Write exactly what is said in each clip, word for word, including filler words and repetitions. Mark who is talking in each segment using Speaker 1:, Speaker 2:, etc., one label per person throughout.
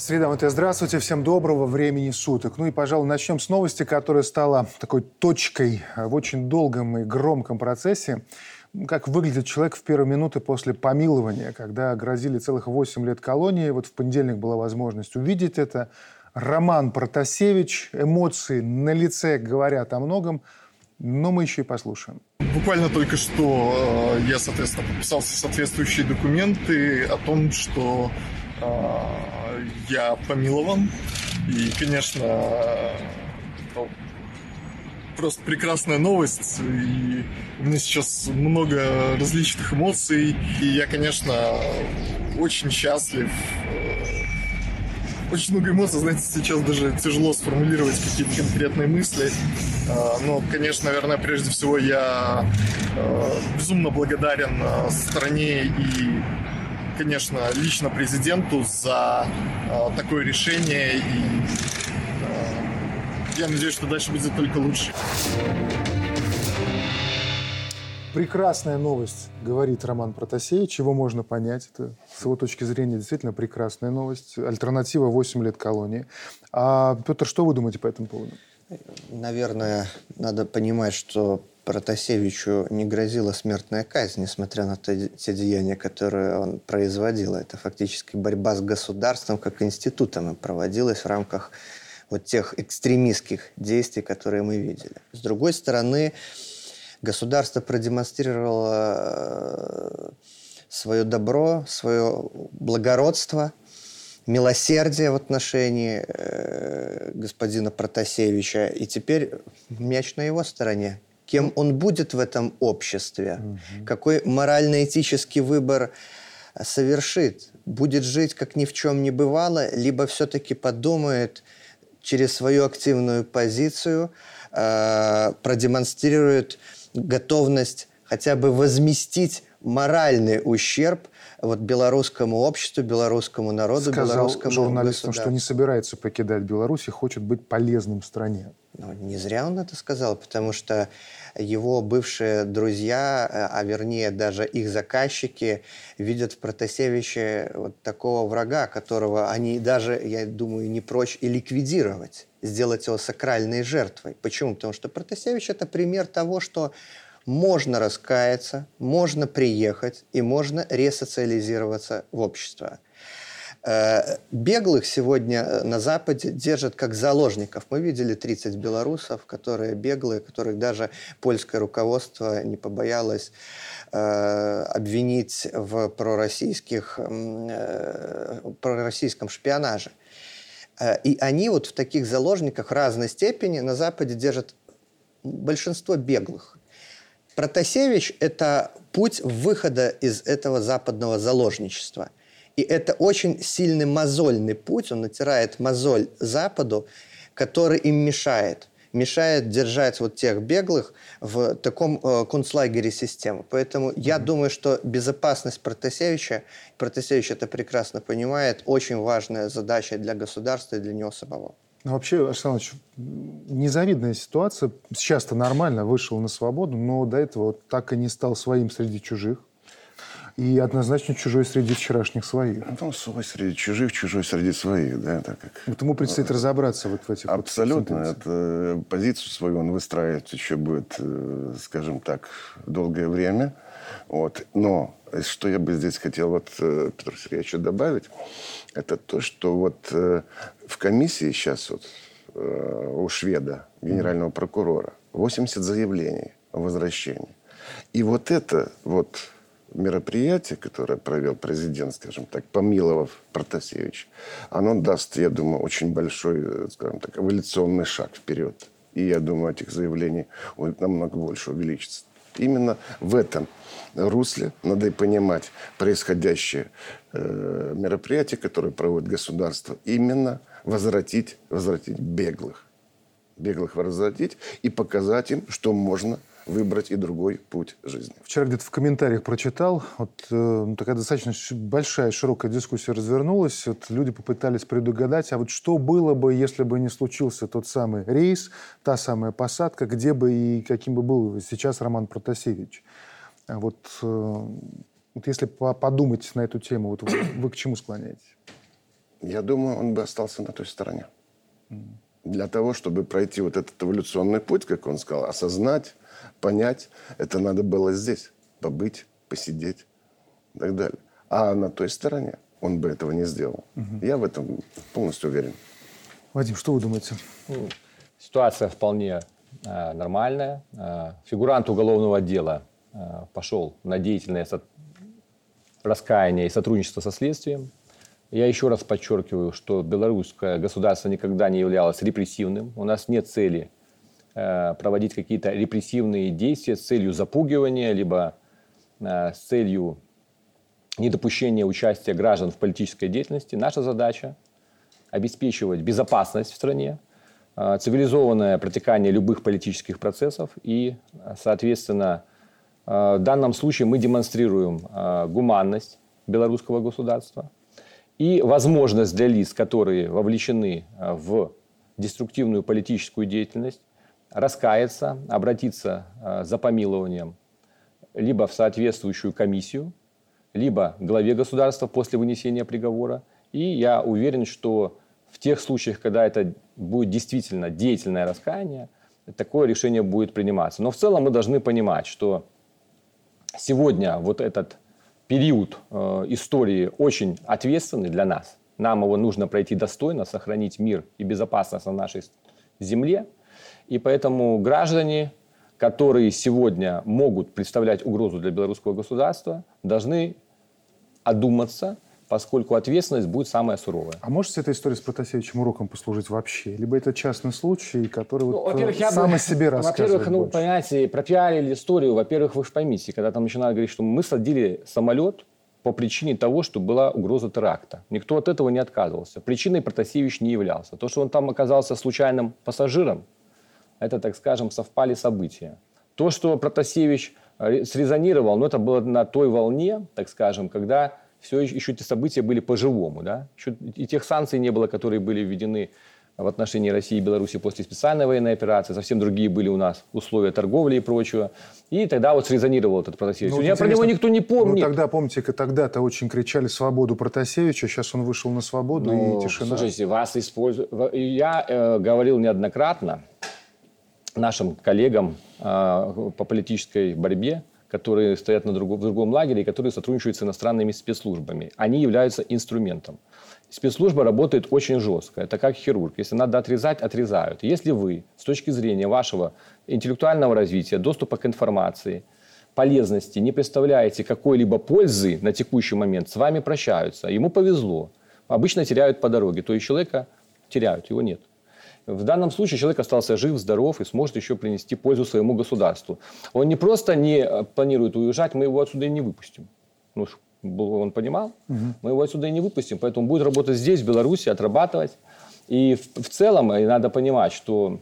Speaker 1: Среда, вот и здравствуйте, всем доброго времени суток. Ну и, пожалуй, начнем с новости, которая стала такой точкой в очень долгом и громком процессе. Как выглядит человек в первые минуты после помилования, когда грозили целых восемь лет колонии. Вот в понедельник была возможность увидеть это. Роман Протасевич, эмоции на лице говорят о многом, но мы еще и послушаем.
Speaker 2: Буквально только что я, соответственно, подписал соответствующие документы о том, что я помилован. И, конечно, ну, просто прекрасная новость. И у меня сейчас много различных эмоций. И я, конечно, очень счастлив. Очень много эмоций, знаете, сейчас даже тяжело сформулировать какие-то конкретные мысли. Но, конечно, наверное, прежде всего я безумно благодарен стране и, конечно, лично президенту за такое решение. И я надеюсь, что дальше будет только лучше.
Speaker 1: Прекрасная новость, говорит Роман Протасевич. Его можно понять. Это, с его точки зрения, действительно прекрасная новость. Альтернатива восемь лет колонии. А, Петр, что вы думаете по этому поводу?
Speaker 3: Наверное, надо понимать, что Протасевичу не грозила смертная казнь, несмотря на те деяния, которые он производил. Это фактически борьба с государством как институтом и проводилась в рамках вот тех экстремистских действий, которые мы видели. С другой стороны, государство продемонстрировало свое добро, свое благородство, милосердие в отношении э, господина Протасевича. И теперь мяч на его стороне. Кем он будет в этом обществе? Mm-hmm. Какой морально-этический выбор совершит? Будет жить, как ни в чем не бывало, либо все-таки подумает через свою активную позицию, э, продемонстрирует готовность хотя бы возместить моральный ущерб вот белорусскому обществу, белорусскому народу,
Speaker 1: Сказал
Speaker 3: белорусскому
Speaker 1: журналистам, что не собирается покидать Беларусь и хочет быть полезным стране.
Speaker 3: Ну, не зря он это сказал, потому что его бывшие друзья, а вернее даже их заказчики, видят в Протасевиче вот такого врага, которого они даже, я думаю, не прочь и ликвидировать, сделать его сакральной жертвой. Почему? Потому что Протасевич – это пример того, что можно раскаяться, можно приехать и можно ресоциализироваться в общество. Беглых сегодня на Западе держат как заложников. Мы видели тридцать белорусов, которые беглые, которых даже польское руководство не побоялось э, обвинить в пророссийских, э, пророссийском шпионаже. И они вот в таких заложниках разной степени на Западе держат большинство беглых. Протасевич – это путь выхода из этого западного заложничества. И это очень сильный мозольный путь, он натирает мозоль Западу, который им мешает. Мешает держать вот тех беглых в таком э, концлагере системы. Поэтому mm-hmm. я думаю, что безопасность Протасевича, Протасевич это прекрасно понимает, очень важная задача для государства и для него самого.
Speaker 1: Ну, вообще, Александр Ильич, незавидная ситуация. Сейчас-то нормально, вышел на свободу, но до этого вот так и не стал своим среди чужих. И однозначно чужой среди вчерашних своих.
Speaker 4: Ну, свой среди чужих, чужой среди своих, да, так как...
Speaker 1: Вот ему предстоит разобраться вот в этих...
Speaker 4: Абсолютно.
Speaker 1: Вот
Speaker 4: это, позицию свою он выстраивает еще будет, скажем так, долгое время. Вот. Но что я бы здесь хотел вот Петру Сергеевичу добавить, это то, что вот в комиссии сейчас вот у шведа, генерального прокурора, восемьдесят заявлений о возвращении. И вот это вот... мероприятие, которое провел президент, скажем так, помиловав Протасевича, оно даст, я думаю, очень большой, скажем так, эволюционный шаг вперед. И я думаю, этих заявлений намного больше увеличится. Именно в этом русле надо и понимать происходящее э, мероприятие, которое проводит государство, именно возвратить, возвратить беглых. Беглых возвратить и показать им, что можно выбрать и другой путь жизни.
Speaker 1: Вчера где-то в комментариях прочитал, вот э, такая достаточно большая, широкая дискуссия развернулась. Вот люди попытались предугадать, а вот что было бы, если бы не случился тот самый рейс, та самая посадка, где бы и каким бы был сейчас Роман Протасевич. Вот, э, вот если подумать на эту тему, вот вы, вы к чему склоняетесь?
Speaker 4: я думаю, он бы остался на той стороне. Для того, чтобы пройти вот этот эволюционный путь, как он сказал, осознать, понять, это надо было здесь. Побыть, посидеть и так далее. А на той стороне он бы этого не сделал. Угу. Я в этом полностью уверен.
Speaker 1: Вадим, что вы думаете?
Speaker 5: Ситуация вполне э, нормальная. Э, фигурант уголовного дела э, пошел на деятельное со... раскаяние и сотрудничество со следствием. Я еще раз подчеркиваю, что белорусское государство никогда не являлось репрессивным. У нас нет цели э, проводить какие-то репрессивные действия с целью запугивания, либо э, с целью недопущения участия граждан в политической деятельности. Наша задача – обеспечивать безопасность в стране, э, цивилизованное протекание любых политических процессов и, соответственно, э, в данном случае мы демонстрируем э, гуманность белорусского государства и возможность для лиц, которые вовлечены в деструктивную политическую деятельность, раскаяться, обратиться за помилованием либо в соответствующую комиссию, либо к главе государства после вынесения приговора. И я уверен, что в тех случаях, когда это будет действительно деятельное раскаяние, такое решение будет приниматься. Но в целом мы должны понимать, что сегодня вот этот период э, истории очень ответственный для нас. Нам его нужно пройти достойно, сохранить мир и безопасность на нашей земле. И поэтому граждане, которые сегодня могут представлять угрозу для белорусского государства, должны одуматься, поскольку ответственность будет самая суровая.
Speaker 1: А может эта история с Протасевичем уроком послужить вообще? Либо это частный случай, который
Speaker 5: ну,
Speaker 1: вот
Speaker 5: во-первых,
Speaker 1: сам
Speaker 5: бы,
Speaker 1: о себе рассказывает
Speaker 5: Во-первых, ну,
Speaker 1: больше?
Speaker 5: понимаете, пропиарили историю. Во-первых, вы же поймите, когда там начинают говорить, что мы садили самолет по причине того, что была угроза теракта. Никто от этого не отказывался. Причиной Протасевич не являлся. То, что он там оказался случайным пассажиром, это, так скажем, совпали события. То, что Протасевич срезонировал, ну, это было на той волне, так скажем, когда все еще, еще эти события были по-живому. Да? Еще и тех санкций не было, которые были введены в отношении России и Беларуси после специальной военной операции. Совсем другие были у нас условия торговли и прочего. И тогда вот срезонировал этот Протасевич.
Speaker 1: Ну, вот
Speaker 5: Я про него никто не помнит.
Speaker 1: Ну, тогда, помните, тогда-то очень кричали свободу Протасевича, сейчас он вышел на свободу,
Speaker 5: ну,
Speaker 1: и тишина.
Speaker 5: Слушайте, вас используют... Я э, говорил неоднократно нашим коллегам э, по политической борьбе, которые стоят на другом, в другом лагере и которые сотрудничают с иностранными спецслужбами. Они являются инструментом. Спецслужба работает очень жестко. Это как хирург. Если надо отрезать, отрезают. Если вы с точки зрения вашего интеллектуального развития, доступа к информации, полезности не представляете какой-либо пользы на текущий момент, с вами прощаются. Ему повезло. Обычно теряют по дороге. То есть человека теряют, его нет. В данном случае человек остался жив, здоров и сможет еще принести пользу своему государству. Он не просто не планирует уезжать, мы его отсюда и не выпустим. Ну, он понимал, угу. Мы его отсюда и не выпустим. Поэтому будет работать здесь, в Беларуси, отрабатывать. И в, в целом и надо понимать, что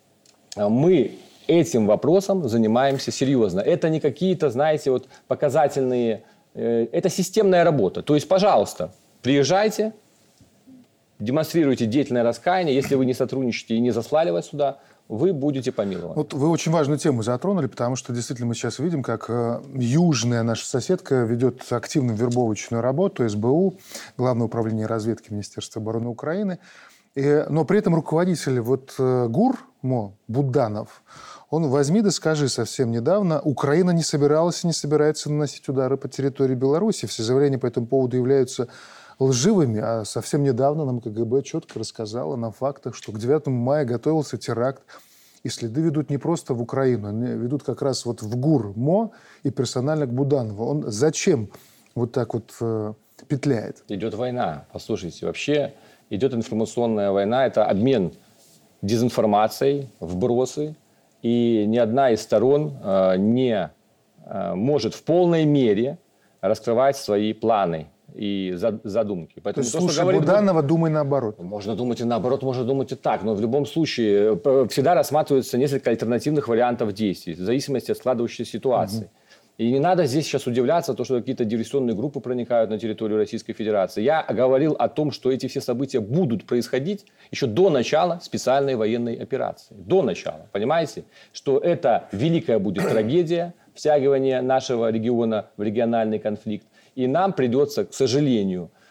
Speaker 5: мы этим вопросом занимаемся серьезно. Это не какие-то, знаете, вот показательные... Э, это системная работа. То есть, пожалуйста, приезжайте, демонстрируйте деятельное раскаяние. Если вы не сотрудничаете и не заслали вас сюда, вы будете помилованы.
Speaker 1: Вот вы очень важную тему затронули, потому что действительно мы сейчас видим, как э, южная наша соседка ведет активную вербовочную работу, эс бэ у, Главное управление разведки Министерства обороны Украины. И, но при этом руководитель вот, э, ГУР, МО, Буданов, он возьми да скажи совсем недавно, Украина не собиралась и не собирается наносить удары по территории Беларуси. Все заявления по этому поводу являются лживыми, а совсем недавно нам ка гэ бэ четко рассказала на фактах, что к девятому мая готовился теракт, и следы ведут не просто в Украину, они ведут как раз вот в ГУР МО и персонально к Буданову. Он зачем вот так вот э, петляет?
Speaker 5: Идет война. Послушайте, вообще идет информационная война, это обмен дезинформацией, вбросы, и ни одна из сторон э, не э, может в полной мере раскрывать свои планы и задумки. Поэтому
Speaker 1: то есть,
Speaker 5: то,
Speaker 1: слушай,
Speaker 5: что говорит
Speaker 1: Буданова, думай наоборот.
Speaker 5: Можно думать и наоборот, можно думать и так. Но в любом случае всегда рассматриваются несколько альтернативных вариантов действий, в зависимости от складывающейся ситуации. Угу. И не надо здесь сейчас удивляться, то, что какие-то диверсионные группы проникают на территорию Российской Федерации. Я говорил о том, что эти все события будут происходить еще до начала специальной военной операции. До начала. Понимаете? Что это великая будет трагедия, втягивание нашего региона в региональный конфликт. И нам придется, к сожалению,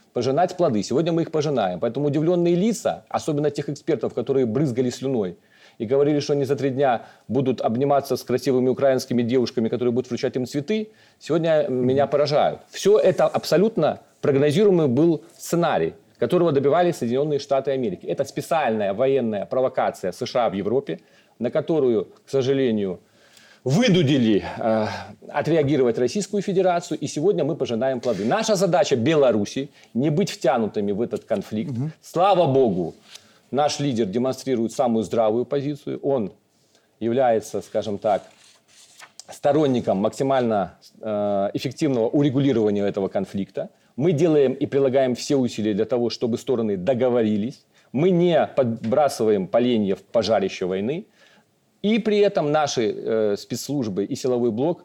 Speaker 5: пожинать плоды. Сегодня мы их пожинаем. Поэтому удивленные лица, особенно тех экспертов, которые брызгали слюной и говорили, что они за три дня будут обниматься с красивыми украинскими девушками, которые будут вручать им цветы, сегодня меня поражают. Все это абсолютно прогнозируемый был сценарий, которого добивались Соединенные Штаты Америки. Это специальная военная провокация США в Европе, на которую, к сожалению, вынудили э, отреагировать Российскую Федерацию, и сегодня мы пожинаем плоды. Наша задача Беларуси не быть втянутыми в этот конфликт. Угу. Слава Богу, наш лидер демонстрирует самую здравую позицию. Он является, скажем так, сторонником максимально э, эффективного урегулирования этого конфликта. Мы делаем и прилагаем все усилия для того, чтобы стороны договорились. Мы не подбрасываем поленья в пожарище войны. И при этом наши э, спецслужбы и силовой блок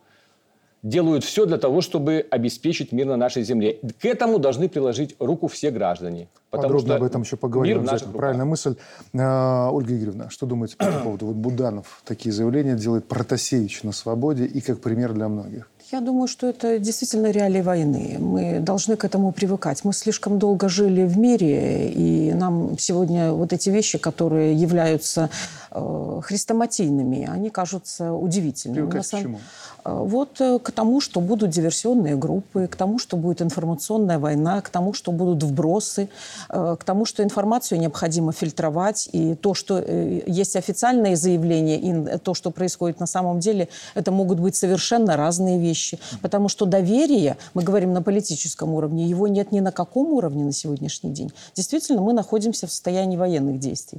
Speaker 5: делают все для того, чтобы обеспечить мир на нашей земле. К этому должны приложить руку все граждане.
Speaker 1: Подробно об этом еще поговорим. Правильная мысль. А, Ольга Игоревна, что думаете по этому поводу? Вот Буданов такие заявления делает, Протасевич на свободе и как пример для многих.
Speaker 6: Я думаю, что это действительно реалии войны. Мы должны к этому привыкать. Мы слишком долго жили в мире, и нам сегодня вот эти вещи, которые являются э, хрестоматийными, они кажутся удивительными.
Speaker 1: Привыкать к чему?
Speaker 6: Вот к тому, что будут диверсионные группы, к тому, что будет информационная война, к тому, что будут вбросы, к тому, что информацию необходимо фильтровать. И то, что есть официальные заявления, и то, что происходит на самом деле, это могут быть совершенно разные вещи. Потому что доверие, мы говорим на политическом уровне, его нет ни на каком уровне на сегодняшний день. Действительно, мы находимся в состоянии военных действий.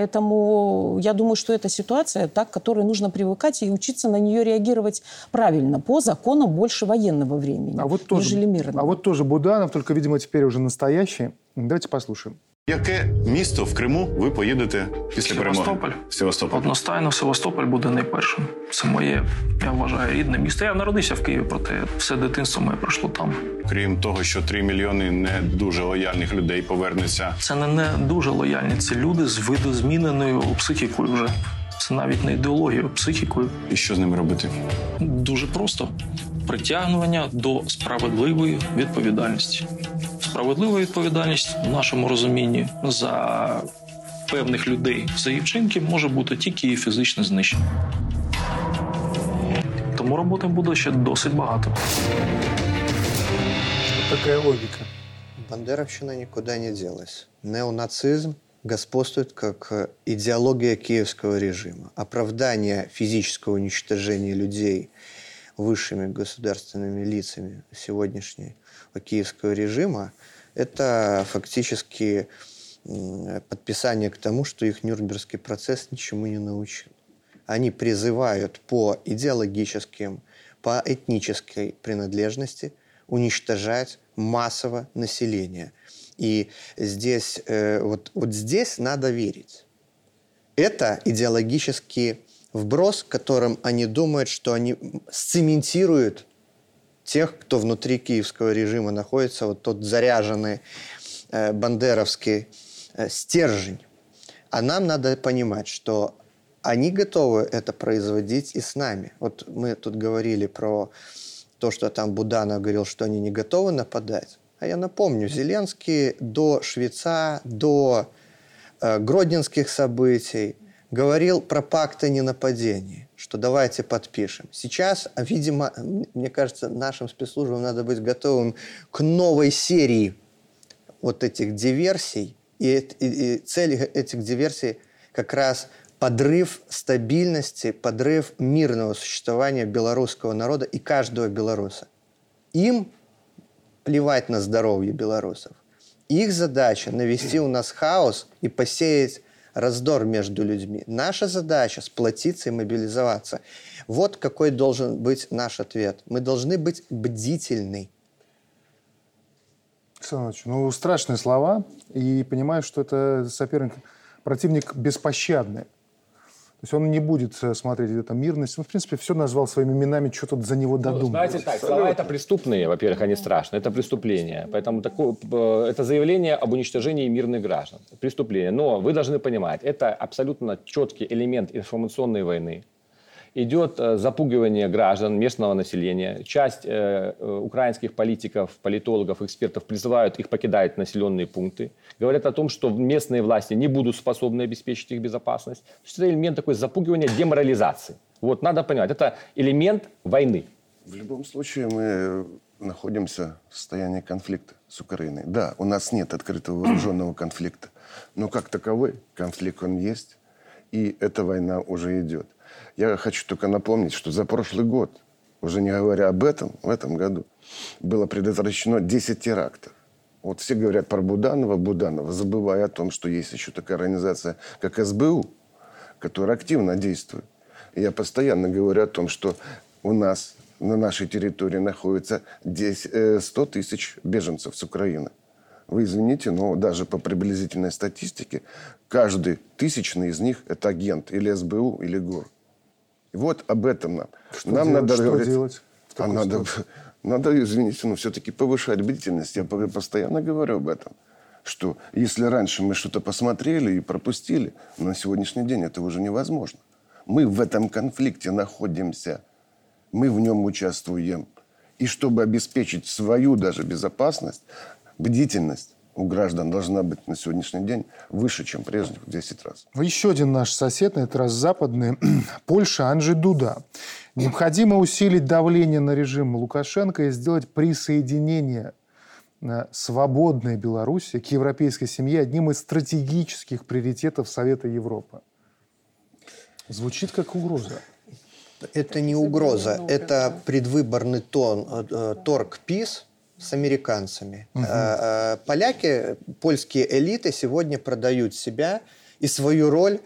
Speaker 6: Поэтому я думаю, что эта ситуация, та, к которой нужно привыкать и учиться на нее реагировать правильно, по законам больше военного времени,
Speaker 1: а вот тоже,
Speaker 6: нежели мирного.
Speaker 1: А вот тоже Буданов, только, видимо, теперь уже настоящий. Давайте послушаем.
Speaker 7: Яке місто в Криму ви поїдете після перемоги?
Speaker 8: Севастополь.
Speaker 7: Севастополь.
Speaker 8: Одностайно, Севастополь буде найпершим. Це моє, я вважаю, рідне місто. Я народився в Києві, проте все дитинство моє пройшло там.
Speaker 7: Крім того, що три мільйони не дуже лояльних людей повернеться.
Speaker 8: Це не, не дуже лояльні, це люди з видозміненою психікою вже. Це навіть не ідеологією, психікою.
Speaker 7: І що з ними робити?
Speaker 8: Дуже просто. Притягнення до справедливої відповідальності. Справедлива відповідальність в нашому розумінні за певних людей за їх вчинки може бути тільки і фізичне знищення. Тому роботи буде ще досить багато.
Speaker 1: Така логіка.
Speaker 3: Бандеровщина никуда не делась. Неонацизм господствует как идеология киевского режима. Оправдание физического уничтожения людей высшими государственными лицами сегодняшнего киевского режима – это фактически подписание к тому, что их Нюрнбергский процесс ничему не научил. Они призывают по идеологическим, по этнической принадлежности уничтожать массово население. И здесь, э, вот, вот здесь надо верить. Это идеологический вброс, которым они думают, что они сцементируют тех, кто внутри киевского режима находится, вот тот заряженный э, бандеровский э, стержень. А нам надо понимать, что они готовы это производить и с нами. Вот мы тут говорили про то, что там Буданов говорил, что они не готовы нападать. А я напомню, Зеленский до Швейца, до э, гродненских событий говорил про пакт о ненападении, что давайте подпишем. Сейчас, видимо, мне кажется, нашим спецслужбам надо быть готовым к новой серии вот этих диверсий. И, и, и цель этих диверсий как раз подрыв стабильности, подрыв мирного существования белорусского народа и каждого белоруса. Им плевать на здоровье белорусов. Их задача навести у нас хаос и посеять раздор между людьми. Наша задача сплотиться и мобилизоваться. Вот какой должен быть наш ответ. Мы должны быть бдительны.
Speaker 1: Александр Ильич, ну, страшные слова. И понимаю, что это соперник, противник беспощадный. То есть он не будет смотреть где-то мирность. Он, в принципе, все назвал своими именами, что тут за него додумал.
Speaker 5: Ну, знаете так, слова это преступные, во-первых, они страшные. Это преступление. Поэтому такое, это заявление об уничтожении мирных граждан. Преступление. Но вы должны понимать, это абсолютно четкий элемент информационной войны. идет запугивание граждан, местного населения. Часть э, украинских политиков, политологов, экспертов призывают их покидать населенные пункты. Говорят о том, что местные власти не будут способны обеспечить их безопасность. То есть это элемент такой запугивания, деморализации. Вот надо понимать, это элемент войны.
Speaker 4: В любом случае мы находимся в состоянии конфликта с Украиной. Да, у нас нет открытого вооруженного конфликта, но как таковой конфликт он есть, и эта война уже идет. Я хочу только напомнить, что за прошлый год, уже не говоря об этом, в этом году, было предотвращено десять терактов. Вот все говорят про Буданова, Буданова, забывая о том, что есть еще такая организация, как эс бэ у, которая активно действует. И я постоянно говорю о том, что у нас на нашей территории находится сто тысяч беженцев с Украины. Вы извините, но даже по приблизительной статистике, каждый тысячный из них – это агент или эс бэ у, или ГОР. И вот об этом нам.
Speaker 1: Что
Speaker 4: нам
Speaker 1: делать?
Speaker 4: надо
Speaker 1: Что
Speaker 4: говорить,
Speaker 1: делать
Speaker 4: а надо, надо, извините, но все-таки повышать бдительность. Я постоянно говорю об этом. Что если раньше мы что-то посмотрели и пропустили, на сегодняшний день это уже невозможно. Мы в этом конфликте находимся. Мы в нем участвуем. И чтобы обеспечить свою даже безопасность, бдительность у граждан должна быть на сегодняшний день выше, чем прежде, в десять раз.
Speaker 1: Еще один наш сосед, на этот раз западный, Польша, Анджей Дуда. Необходимо усилить давление на режим Лукашенко и сделать присоединение свободной Беларуси к европейской семье одним из стратегических приоритетов Совета Европы. Звучит как угроза.
Speaker 3: Это не угроза, это предвыборный тон, э, торг-пис с американцами. Угу. Э, э, поляки, польские элиты сегодня продают себя и свою роль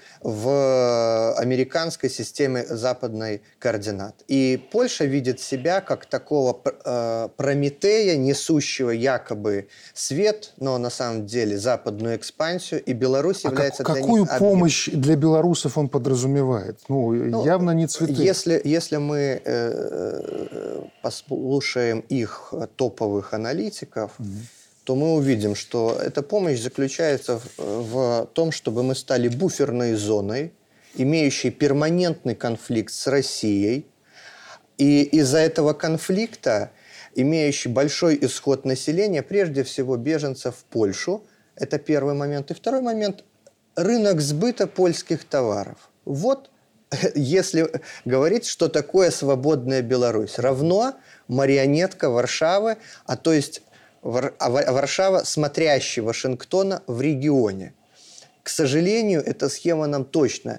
Speaker 3: в американской системе западной координат. И Польша видит себя как такого э, Прометея, несущего якобы свет, но на самом деле западную экспансию, и Беларусь
Speaker 1: а
Speaker 3: является
Speaker 1: как,
Speaker 3: для
Speaker 1: какую
Speaker 3: них...
Speaker 1: Какую помощь для белорусов он подразумевает? Ну, ну явно не цветы.
Speaker 3: Если, если мы э, послушаем их топовых аналитиков, угу. то мы увидим, что эта помощь заключается в, в том, чтобы мы стали буферной зоной, имеющей перманентный конфликт с Россией, и из-за этого конфликта, имеющий большой исход населения, прежде всего беженцев в Польшу, это первый момент. И второй момент – рынок сбыта польских товаров. Вот, если говорить, что такое свободная Беларусь, равно марионетка Варшавы, а то есть Варшава, смотрящий Вашингтона в регионе. К сожалению, эта схема нам точно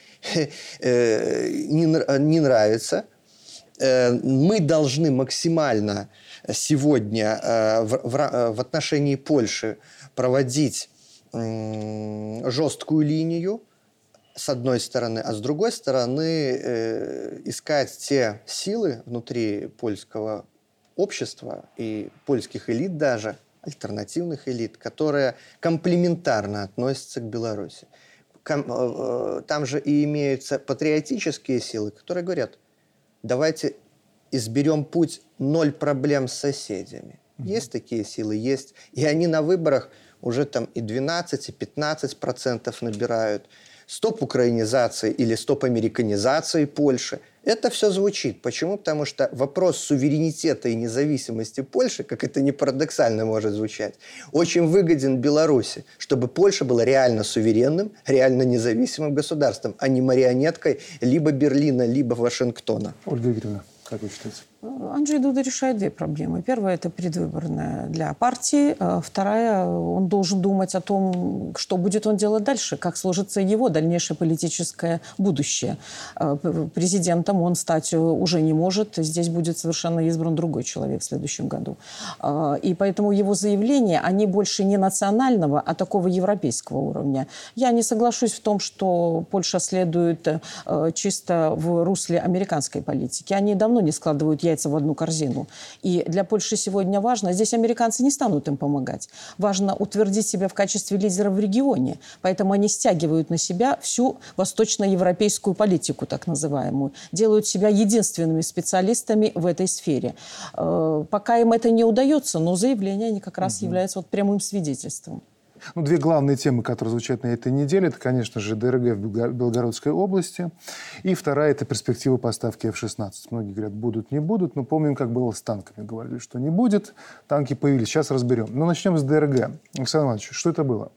Speaker 3: не нравится. Мы должны максимально сегодня в отношении Польши проводить жесткую линию, с одной стороны, а с другой стороны искать те силы внутри польского общества и польских элит даже, альтернативных элит, которые комплементарно относятся к Беларуси. Там же и имеются патриотические силы, которые говорят, давайте изберем путь ноль проблем с соседями. Mm-hmm. Есть такие силы, есть. И они на выборах уже там и двенадцать, и пятнадцать процентов набирают. Стоп украинизации или стоп американизации Польши. Это все звучит. Почему? Потому что вопрос суверенитета и независимости Польши, как это ни парадоксально может звучать, очень выгоден Беларуси, чтобы Польша была реально суверенным, реально независимым государством, а не марионеткой либо Берлина, либо Вашингтона.
Speaker 1: Ольга Игоревна, как вы считаете?
Speaker 6: Анджей Дуда решает две проблемы. Первая – это предвыборная для партии. Вторая – он должен думать о том, что будет он делать дальше, как сложится его дальнейшее политическое будущее. Президентом он стать уже не может. Здесь будет совершенно избран другой человек в следующем году. И поэтому его заявления, они больше не национального, а такого европейского уровня. Я не соглашусь в том, что Польша следует чисто в русле американской политики. Они давно не складывают яйца в одну корзину. И для Польши сегодня важно, здесь американцы не станут им помогать, важно утвердить себя в качестве лидера в регионе. Поэтому они стягивают на себя всю восточноевропейскую политику, так называемую, делают себя единственными специалистами в этой сфере. Пока им это не удается, но заявления они как раз угу. являются вот прямым свидетельством.
Speaker 1: Ну, две главные темы, которые звучат на этой неделе, это, конечно же, ДРГ в Белгородской области. И вторая – это перспектива поставки эф шестнадцать. Многие говорят, будут, не будут. Но помним, как было с танками. Говорили, что не будет. Танки появились. Сейчас разберем. Но начнем с ДРГ. Александр Иванович, что это было?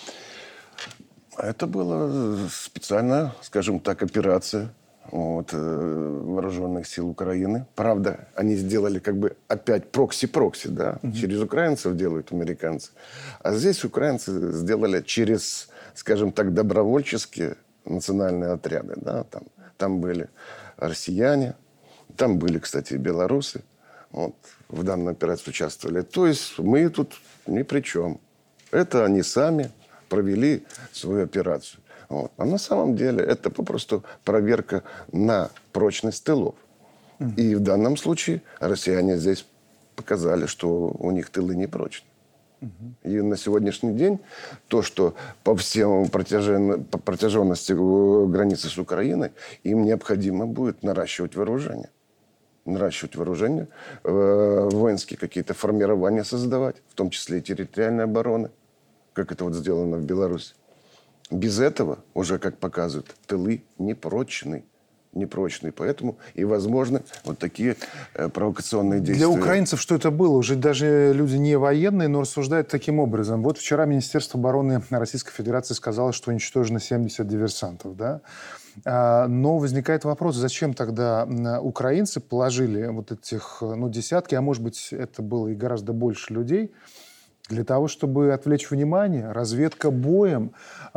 Speaker 4: Это была специальная, скажем так, операция вот, вооруженных сил Украины. Правда, они сделали как бы опять прокси-прокси, да, угу. Через украинцев делают американцы. А здесь украинцы сделали через, скажем так, добровольческие национальные отряды, да, там, там были россияне, там были, кстати, и белорусы, вот, в данной операции участвовали. То есть мы тут ни при чем. Это они сами провели свою операцию. Вот. А на самом деле это попросту проверка на прочность тылов. Mm-hmm. И в данном случае россияне здесь показали, что у них тылы не прочны. Mm-hmm. И на сегодняшний день то, что по всем протяжен... по протяженности границы с Украиной, им необходимо будет наращивать вооружение. Наращивать вооружение, э, воинские какие-то формирования создавать, в том числе и территориальной обороны, как это вот сделано в Беларуси. Без этого, уже как показывают, тылы непрочны. Непрочны. Поэтому и возможны вот такие э, провокационные действия.
Speaker 1: Для украинцев что это было? Уже даже люди не военные, но рассуждают таким образом. Вот вчера Министерство обороны Российской Федерации сказало, что уничтожено семьдесят диверсантов. Да? А, но возникает вопрос, зачем тогда украинцы положили вот этих ну, десятки, а может быть это было и гораздо больше людей, для того, чтобы отвлечь внимание, разведка боем,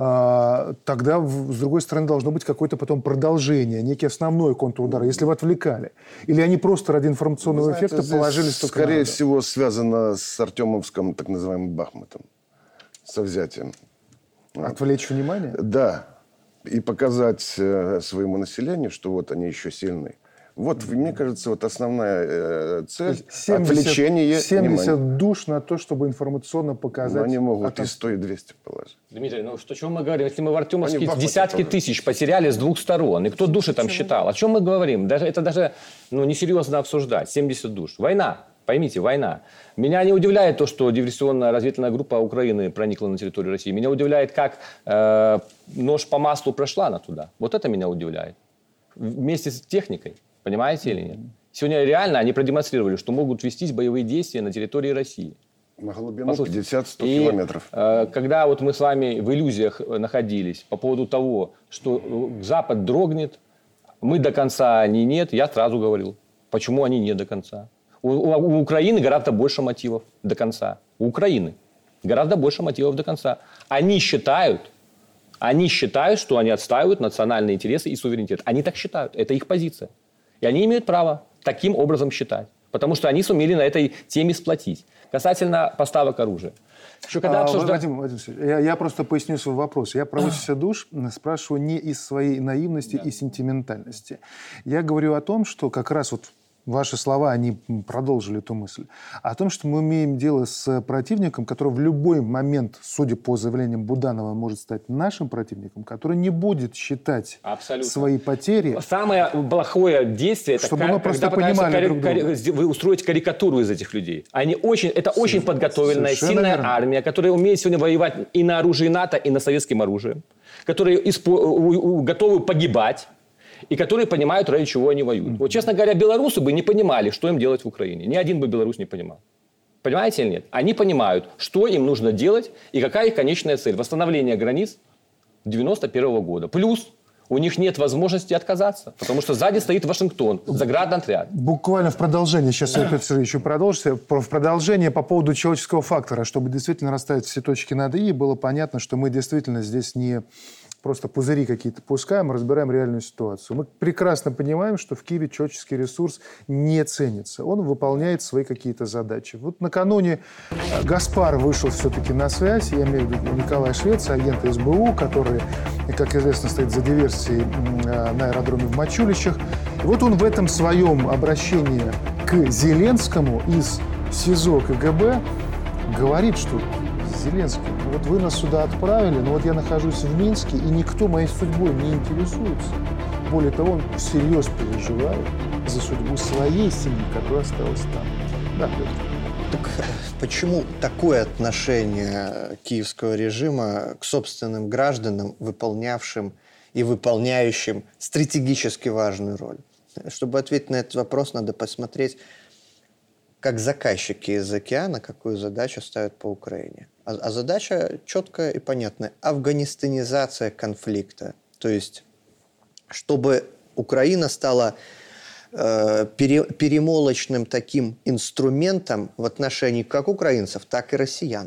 Speaker 1: а, тогда, с другой стороны, должно быть какое-то потом продолжение, некий основной контрудар, если вы отвлекали. Или они просто ради информационного
Speaker 4: знаете,
Speaker 1: эффекта положили столько
Speaker 4: скорее
Speaker 1: надо?
Speaker 4: всего, связано с Артемовским, так называемым Бахмутом, со взятием.
Speaker 1: Отвлечь внимание?
Speaker 4: Да. И показать э, своему населению, что вот они еще сильны. Вот, mm-hmm. мне кажется, вот основная э, цель – отвлечение
Speaker 1: семьдесят
Speaker 4: внимания.
Speaker 1: душ на то, чтобы информационно показать.
Speaker 4: Но они могут
Speaker 1: отом...
Speaker 4: и сто, и двести положить.
Speaker 5: Дмитрий, ну что, о чем мы говорим? Если мы в Артемовске
Speaker 4: в
Speaker 5: десятки тысяч потеряли с двух сторон, и кто души там считал? О чем мы говорим? Даже, это даже ну, несерьезно обсуждать. семьдесят душ. Война. Поймите, война. Меня не удивляет то, что диверсионная разведывательная группа Украины проникла на территорию России. Меня удивляет, как э, нож по маслу прошла она туда. Вот это меня удивляет. Вместе с техникой. Понимаете или нет? Сегодня реально они продемонстрировали, что могут вестись боевые действия на территории России.
Speaker 4: На глубину пятьдесят-сто километров.
Speaker 5: Э, когда вот мы с вами в иллюзиях находились по поводу того, что Запад дрогнет, мы до конца, они нет, я сразу говорил, почему они не до конца. У, у, у Украины гораздо больше мотивов до конца. У Украины гораздо больше мотивов до конца. Они считают, они считают, что они отстаивают национальные интересы и суверенитет. Они так считают, это их позиция. И они имеют право таким образом считать. Потому что они сумели на этой теме сплотить. Касательно поставок оружия. Еще когда
Speaker 1: а,
Speaker 5: обсужда...
Speaker 1: Вадим, Вадим, я, я просто поясню свой вопрос. Я про восемьдесят душ спрашиваю не из своей наивности да. и сентиментальности. Я говорю о том, что как раз вот ваши слова, они продолжили эту мысль. О том, что мы имеем дело с противником, который в любой момент, судя по заявлениям Буданова, может стать нашим противником, который не будет считать Абсолютно. Свои потери.
Speaker 5: Самое плохое действие, это
Speaker 1: чтобы мы просто понимали друг друга.
Speaker 5: Вы устроите карикатуру из этих людей. Они очень, это Совершенно, очень подготовленная, сильная верно. Армия, которая умеет сегодня воевать и на оружии НАТО, и на советском оружии, которые испо- готовы погибать. И которые понимают, ради чего они воюют. Mm-hmm. Вот, честно говоря, белорусы бы не понимали, что им делать в Украине. Ни один бы белорус не понимал. Понимаете или нет? Они понимают, что им нужно делать и какая их конечная цель. Восстановление границ девяносто первого года. Плюс у них нет возможности отказаться, потому что сзади стоит Вашингтон, заградотряд.
Speaker 1: Буквально в продолжение, сейчас я, Петр Сергеевич, еще продолжите, в продолжение по поводу человеческого фактора, чтобы действительно расставить все точки над «и», было понятно, что мы действительно здесь не... просто пузыри какие-то пускаем, разбираем реальную ситуацию. Мы прекрасно понимаем, что в Киеве человеческий ресурс не ценится. Он выполняет свои какие-то задачи. Вот накануне Гаспар вышел все-таки на связь, я имею в виду Николай Швец, агент эс бэ у, который, как известно, стоит за диверсией на аэродроме в Мачулищах. И вот он в этом своем обращении к Зеленскому из СИЗО ка гэ бэ говорит, что Зеленский, ну вот вы нас сюда отправили, но вот я нахожусь в Минске, и никто моей судьбой не интересуется. Более того, он всерьез переживает за судьбу своей семьи, которая осталась там. Да, Петр.
Speaker 3: Так почему такое отношение киевского режима к собственным гражданам, выполнявшим и выполняющим стратегически важную роль? Чтобы ответить на этот вопрос, надо посмотреть, как заказчики из океана какую задачу ставят по Украине. А, а задача четкая и понятная. Афганистанизация конфликта. То есть, чтобы Украина стала э, пере, перемолочным таким инструментом в отношении как украинцев, так и россиян.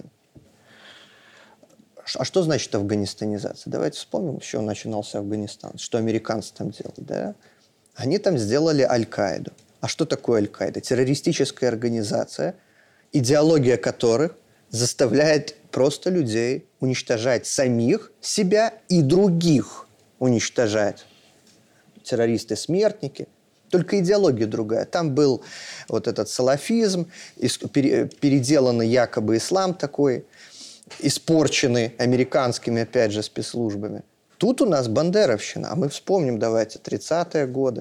Speaker 3: А что значит афганистанизация? Давайте вспомним, с чего начинался Афганистан. Что американцы там делали, да? Они там сделали Аль-Каиду. А что такое Аль-Каида? Террористическая организация, идеология которых заставляет просто людей уничтожать самих себя и других уничтожать. Террористы-смертники. Только идеология другая. Там был вот этот салафизм, переделанный якобы ислам такой, испорченный американскими, опять же, спецслужбами. Тут у нас бандеровщина, а мы вспомним, давайте, тридцатые годы.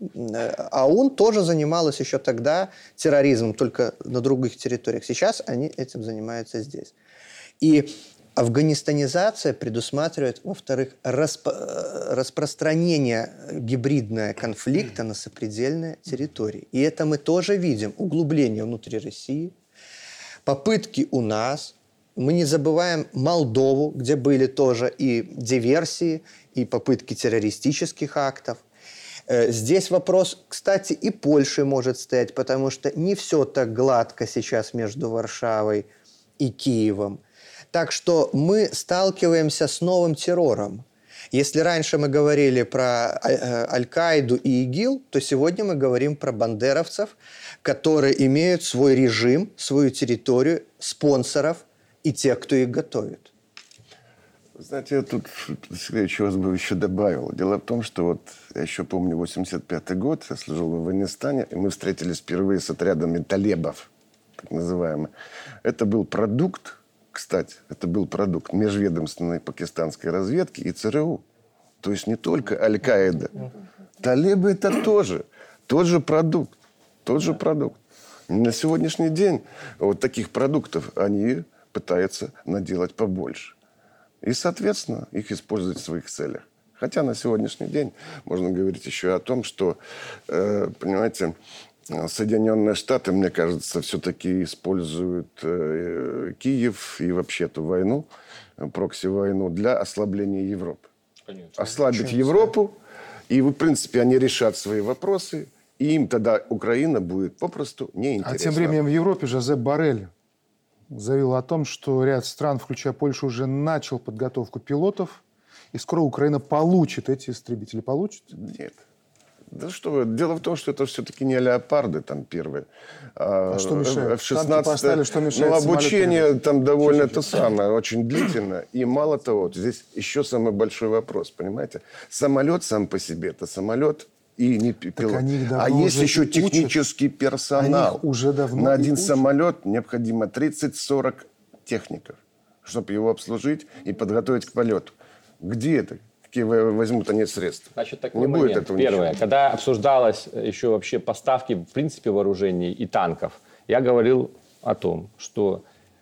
Speaker 3: А ОУН тоже занималась еще тогда терроризмом, только на других территориях. Сейчас они этим занимаются здесь. И афганистанизация предусматривает, во-вторых, распро- распространение гибридного конфликта на сопредельные территории. И это мы тоже видим. Углубление внутри России, попытки у нас. Мы не забываем Молдову, где были тоже и диверсии, и попытки террористических актов. Здесь вопрос, кстати, и Польши может стоять, потому что не все так гладко сейчас между Варшавой и Киевом. Так что мы сталкиваемся с новым террором. Если раньше мы говорили про Аль-Каиду и ИГИЛ, то сегодня мы говорим про бандеровцев, которые имеют свой режим, свою территорию, спонсоров, и те, кто их готовит.
Speaker 4: Знаете, я тут, Сергей, чего бы еще добавил. Дело в том, что вот я еще помню восемьдесят пятый год, я служил в Афганистане, и мы встретились впервые с отрядами талебов, так называемых. Это был продукт, кстати, это был продукт межведомственной пакистанской разведки и ЦРУ. То есть не только Аль-Каида. Талебы это тоже, тот же продукт, тот же продукт. На сегодняшний день вот таких продуктов они пытаются наделать побольше. И, соответственно, их использовать в своих целях. Хотя на сегодняшний день можно говорить еще о том, что, э, понимаете, Соединенные Штаты, мне кажется, все-таки используют э, Киев и вообще эту войну, прокси-войну, для ослабления Европы. Конечно. Ослабить Конечно. Европу, и, в принципе, они решат свои вопросы, и им тогда Украина будет попросту неинтересна.
Speaker 1: А тем временем в Европе Жозеп Боррель заявил о том, что ряд стран, включая Польшу, уже начал подготовку пилотов, и скоро Украина получит эти истребители. Получит?
Speaker 4: Нет. Да что вы. Дело в том, что это все-таки не леопарды там первые.
Speaker 1: А, а что мешает?
Speaker 4: эф шестнадцать,
Speaker 1: поставили, что мешает?
Speaker 4: Ну, обучение там довольно то самое, очень длительно. И мало того, здесь еще самый большой вопрос, понимаете? Самолет сам по себе, это самолет и не пилот. А есть еще технический учат. персонал.
Speaker 1: Уже давно
Speaker 4: На один самолет необходимо тридцать-сорок техников, чтобы его обслужить и подготовить к полету. Где это? Какие возьмут они средства?
Speaker 5: Значит, такой
Speaker 4: не
Speaker 5: момент.
Speaker 4: Будет этого
Speaker 5: Первое.
Speaker 4: ничего.
Speaker 5: Когда обсуждалось еще вообще поставки, в принципе, вооружений и танков, я говорил о том, что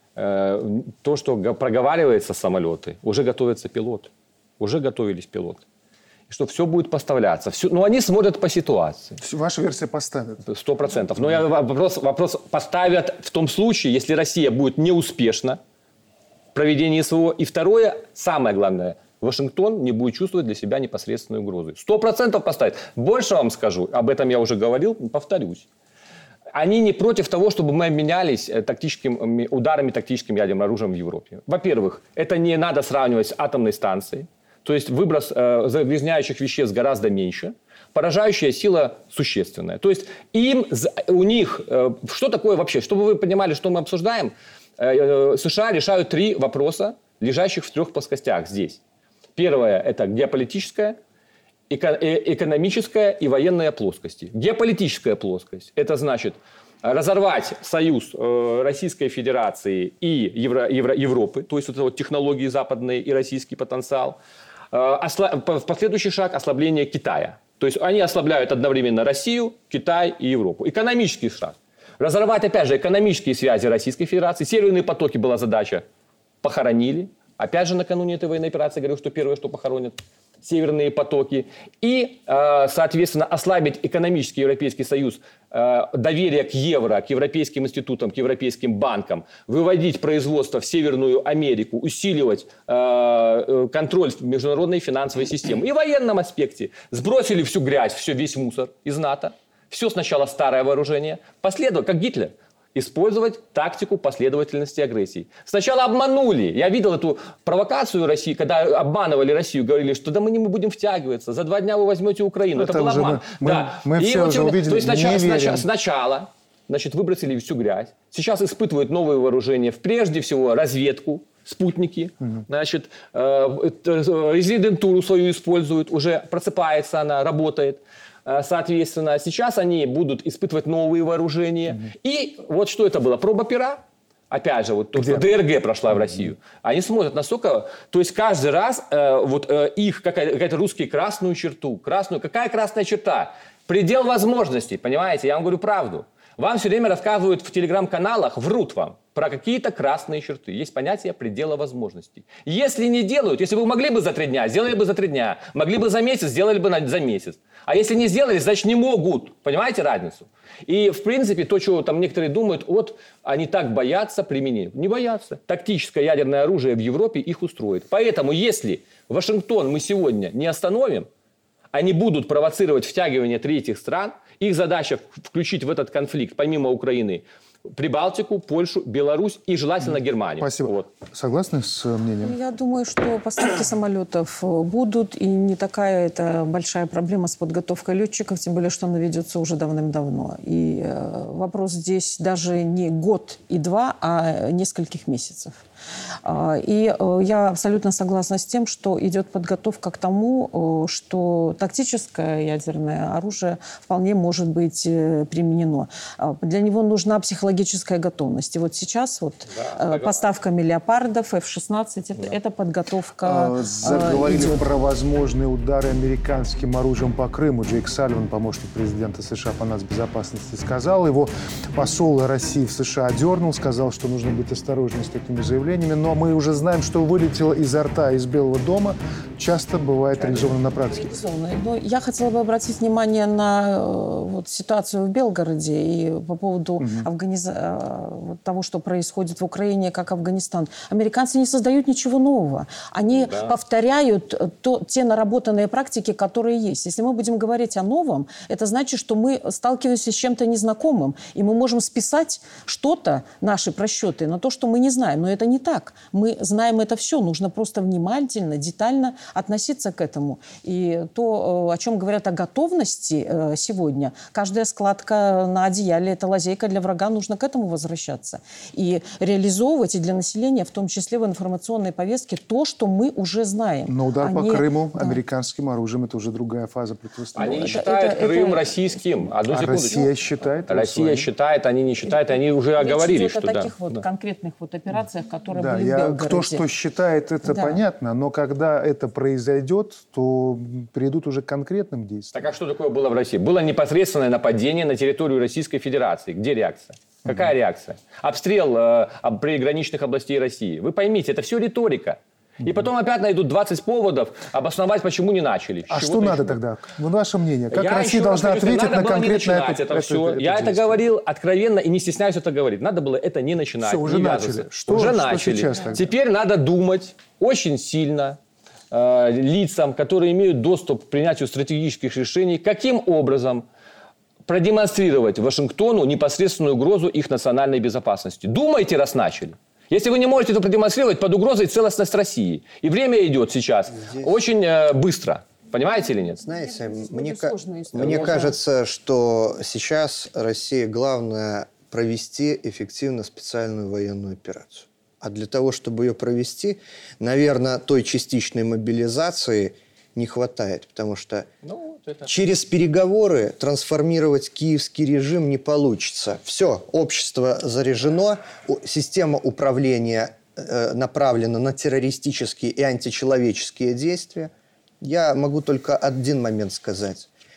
Speaker 5: э, то, что проговаривается самолеты, уже готовятся пилоты. Уже готовились пилоты. Что все будет поставляться. Все, но они смотрят по ситуации.
Speaker 1: Ваша версия поставят.
Speaker 5: Сто процентов. Но я, вопрос, вопрос поставят в том случае, если Россия будет неуспешна в проведении СВО. И второе, самое главное, Вашингтон не будет чувствовать для себя непосредственной угрозы. Сто процентов поставят. Больше вам скажу, об этом я уже говорил, повторюсь. Они не против того, чтобы мы обменялись тактическим, ударами тактическим ядерным оружием в Европе. Во-первых, это не надо сравнивать с атомной станцией. То есть выброс э, загрязняющих веществ гораздо меньше, поражающая сила существенная. То есть им, у них, э, что такое вообще, чтобы вы понимали, что мы обсуждаем, э, США решают три вопроса, лежащих в трех плоскостях здесь. Первое – это геополитическая, эко- экономическая и военная плоскости. Геополитическая плоскость – это значит разорвать союз э, Российской Федерации и Евро- Евро- Европы, то есть вот, вот технологии западные и российский потенциал. В последующий шаг ослабление Китая. То есть они ослабляют одновременно Россию, Китай и Европу. Экономический шаг. Разорвать, опять же, экономические связи Российской Федерации. Северные потоки была задача. Похоронили. Опять же, накануне этой военной операции говорил, что первое, что похоронят, северные потоки. И, соответственно, ослабить экономический Европейский Союз, доверие к евро, к европейским институтам, к европейским банкам, выводить производство в Северную Америку, усиливать контроль международной финансовой системы. И в военном аспекте сбросили всю грязь, все, весь мусор из НАТО. Все сначала старое вооружение, последовало, как Гитлер, использовать тактику последовательности агрессии. Сначала обманули. Я видел эту провокацию России, когда обманывали Россию, говорили, что да мы не будем втягиваться, за два дня вы возьмете Украину. Это, это был обман.
Speaker 1: Мы,
Speaker 5: да.
Speaker 1: мы, мы все уже увидели,
Speaker 5: то есть сначала,
Speaker 1: не
Speaker 5: сначала, сначала значит, выбросили всю грязь. Сейчас испытывают новые вооружения, прежде всего разведку, спутники, угу. значит, э, резидентуру свою используют, уже просыпается она, работает. Соответственно, сейчас они будут испытывать новые вооружения. Mm-hmm. И вот что это было? Проба пера. Опять же, вот то, что ДРГ прошла mm-hmm. в Россию. Они смотрят, насколько... То есть каждый раз э, вот, э, их какая-то, какая-то русские красную черту. Красную. Какая красная черта? Предел возможностей, понимаете? Я вам говорю правду. Вам все время рассказывают в телеграм-каналах, врут вам про какие-то красные черты. Есть понятие предела возможностей. Если не делают, если вы могли бы за три дня, сделали бы за три дня. Могли бы за месяц, сделали бы за месяц. А если не сделали, значит не могут. Понимаете разницу? И, в принципе, то, что там некоторые думают, вот они так боятся применить. Не боятся. Тактическое ядерное оружие в Европе их устроит. Поэтому, если Вашингтон мы сегодня не остановим, они будут провоцировать втягивание третьих стран. Их задача включить в этот конфликт, помимо Украины, Прибалтику, Польшу, Беларусь и желательно Германию.
Speaker 1: Спасибо.
Speaker 5: Вот.
Speaker 1: Согласны с мнением?
Speaker 6: Я думаю, что поставки самолетов будут, и не такая это большая проблема с подготовкой летчиков, тем более, что она ведется уже давным-давно. И э, вопрос здесь даже не год и два, а нескольких месяцев. И я абсолютно согласна с тем, что идет подготовка к тому, что тактическое ядерное оружие вполне может быть применено. Для него нужна психологическая готовность. И вот сейчас вот да, поставками леопардов, эф шестнадцать, да. это, это подготовка
Speaker 1: Заговорили
Speaker 6: идет.
Speaker 1: Про возможные удары американским оружием по Крыму. Джейк Салливан, помощник президента США по нацбезопасности, сказал. Его посол России в США одернул, сказал, что нужно быть осторожным с такими заявлениями. Но мы уже знаем, что вылетело изо рта из Белого дома, часто бывает реализовано на практике.
Speaker 6: Но я хотела бы обратить внимание на вот, ситуацию в Белгороде и по поводу угу. Афганиз... вот, того, что происходит в Украине, как Афганистан. Американцы не создают ничего нового. Они да. повторяют то, те наработанные практики, которые есть. Если мы будем говорить о новом, это значит, что мы сталкиваемся с чем-то незнакомым, и мы можем списать что-то, наши просчеты, на то, что мы не знаем. Но это не так. Мы знаем это все. Нужно просто внимательно, детально относиться к этому. И то, о чем говорят о готовности сегодня, каждая складка на одеяле – это лазейка для врага, нужно к этому возвращаться. И реализовывать и для населения, в том числе в информационной повестке, то, что мы уже знаем.
Speaker 1: Но удар
Speaker 6: Они...
Speaker 1: по Крыму
Speaker 6: да.
Speaker 1: американским оружием – это уже другая фаза противостояния.
Speaker 5: Они не
Speaker 6: это,
Speaker 5: считают
Speaker 6: это,
Speaker 5: Крым
Speaker 6: это...
Speaker 5: российским. Одну
Speaker 1: а
Speaker 5: секундочку.
Speaker 1: Россия считает?
Speaker 5: Россия считает, они не считают, они уже оговорились, что
Speaker 6: да. о таких
Speaker 5: да.
Speaker 6: вот
Speaker 5: да.
Speaker 6: конкретных вот операциях, которые
Speaker 1: Да,
Speaker 6: были
Speaker 1: я,
Speaker 6: в Белгороде.
Speaker 1: кто что считает, это
Speaker 6: да.
Speaker 1: понятно, но когда это произойдет, то перейдут уже к конкретным действиям.
Speaker 5: Так а что такое было в России? Было непосредственное нападение на территорию Российской Федерации. Где реакция? Какая угу. реакция? Обстрел э, приграничных областей России. Вы поймите, это все риторика. И потом опять найдут двадцать поводов обосновать, почему не начали.
Speaker 1: А что надо тогда? Ну, ваше мнение, как
Speaker 5: Я
Speaker 1: Россия должна
Speaker 5: повторюсь,
Speaker 1: ответить на конкретное
Speaker 5: это, это, это все. Это, Я это, это говорил откровенно и не стесняюсь это говорить. Надо было это не начинать.
Speaker 1: Все, уже
Speaker 5: не
Speaker 1: начали. Что,
Speaker 5: уже
Speaker 1: что
Speaker 5: начали.
Speaker 1: Сейчас тогда?
Speaker 5: Теперь надо думать очень сильно э, лицам, которые имеют доступ к принятию стратегических решений, каким образом продемонстрировать Вашингтону непосредственную угрозу их национальной безопасности. Думайте, раз начали. Если вы не можете это продемонстрировать, под угрозой целостность России. И время идет сейчас Здесь... очень э, быстро. Понимаете или нет?
Speaker 3: Знаете, мне, мне кажется, что сейчас России главное провести эффективно специальную военную операцию. А для того, чтобы ее провести, наверное, той частичной мобилизации не хватает. Потому что ну, это... через переговоры трансформировать киевский режим не получится. Все, общество заряжено, система управления э, направлена на террористические и античеловеческие действия. Я могу только один момент сказать.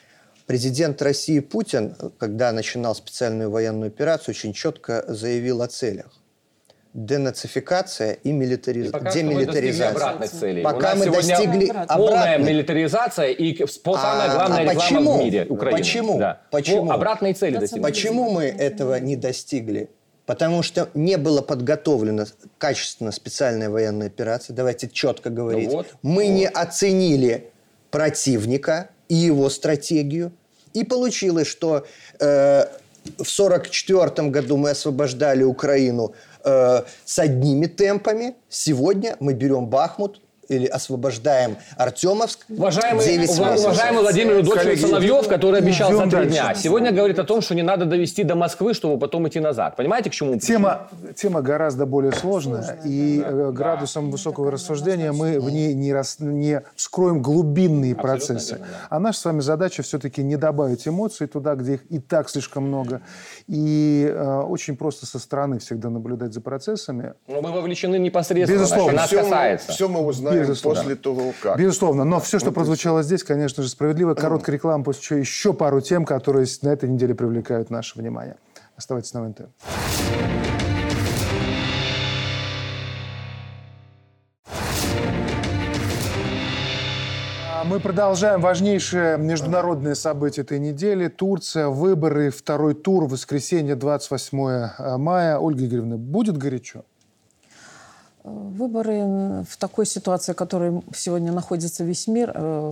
Speaker 3: Президент России Путин, когда начинал специальную военную операцию, очень четко заявил о целях. Денацификация и, милитариз...
Speaker 5: и
Speaker 3: демилитаризация.
Speaker 5: Мы обратной цели.
Speaker 3: Пока мы достигли
Speaker 5: полная
Speaker 3: обратной.
Speaker 5: милитаризация и
Speaker 3: А,
Speaker 5: самая главная
Speaker 3: а
Speaker 5: реклама
Speaker 3: почему?
Speaker 5: в мире Украины.
Speaker 3: Почему?
Speaker 5: Да.
Speaker 3: Почему?
Speaker 5: По обратной цели достигли.
Speaker 3: Почему мы этого не достигли? Потому что не было подготовлена качественно специальная военная операция. Давайте четко говорить.
Speaker 5: Ну вот,
Speaker 3: мы
Speaker 5: вот.
Speaker 3: не оценили противника и его стратегию. И получилось, что э, в сорок четвёртом году мы освобождали Украину э, с одними темпами. Сегодня мы берем Бахмут или освобождаем Артемовск.
Speaker 5: Уважаемый,
Speaker 3: девять месяцев.
Speaker 5: уважаемый Владимир Рудольфович
Speaker 1: Коллеги,
Speaker 5: Соловьев, который обещал
Speaker 1: идем
Speaker 5: за три
Speaker 1: дальше.
Speaker 5: дня, сегодня говорит о том, что не надо довести до Москвы, чтобы потом идти назад. Понимаете, к чему?
Speaker 1: Тема, тема гораздо более сложная, и э, градусом высокого рассуждения мы в ней не, рас, не вскроем глубинные процессы.
Speaker 5: верно, да.
Speaker 1: А наша с вами задача все-таки не добавить эмоций туда, где их и так слишком много, и э, очень просто со стороны всегда наблюдать за процессами.
Speaker 5: Но мы вовлечены непосредственно,
Speaker 1: Безусловно.
Speaker 5: что нас
Speaker 4: Все мы,
Speaker 5: касается.
Speaker 4: все мы узнаем
Speaker 1: Безусловно.
Speaker 4: после того, как.
Speaker 1: Безусловно, но все, что
Speaker 4: Вот и
Speaker 1: прозвучало здесь, конечно же, справедливо. Короткая реклама, после чего еще пару тем, которые на этой неделе привлекают наше внимание. Оставайтесь на ВНТ. Мы продолжаем важнейшее международное событие этой недели. Турция, выборы, второй тур, воскресенье, двадцать восьмое мая. Ольга Игоревна, будет горячо?
Speaker 6: Выборы в такой ситуации, в которой сегодня находится весь мир,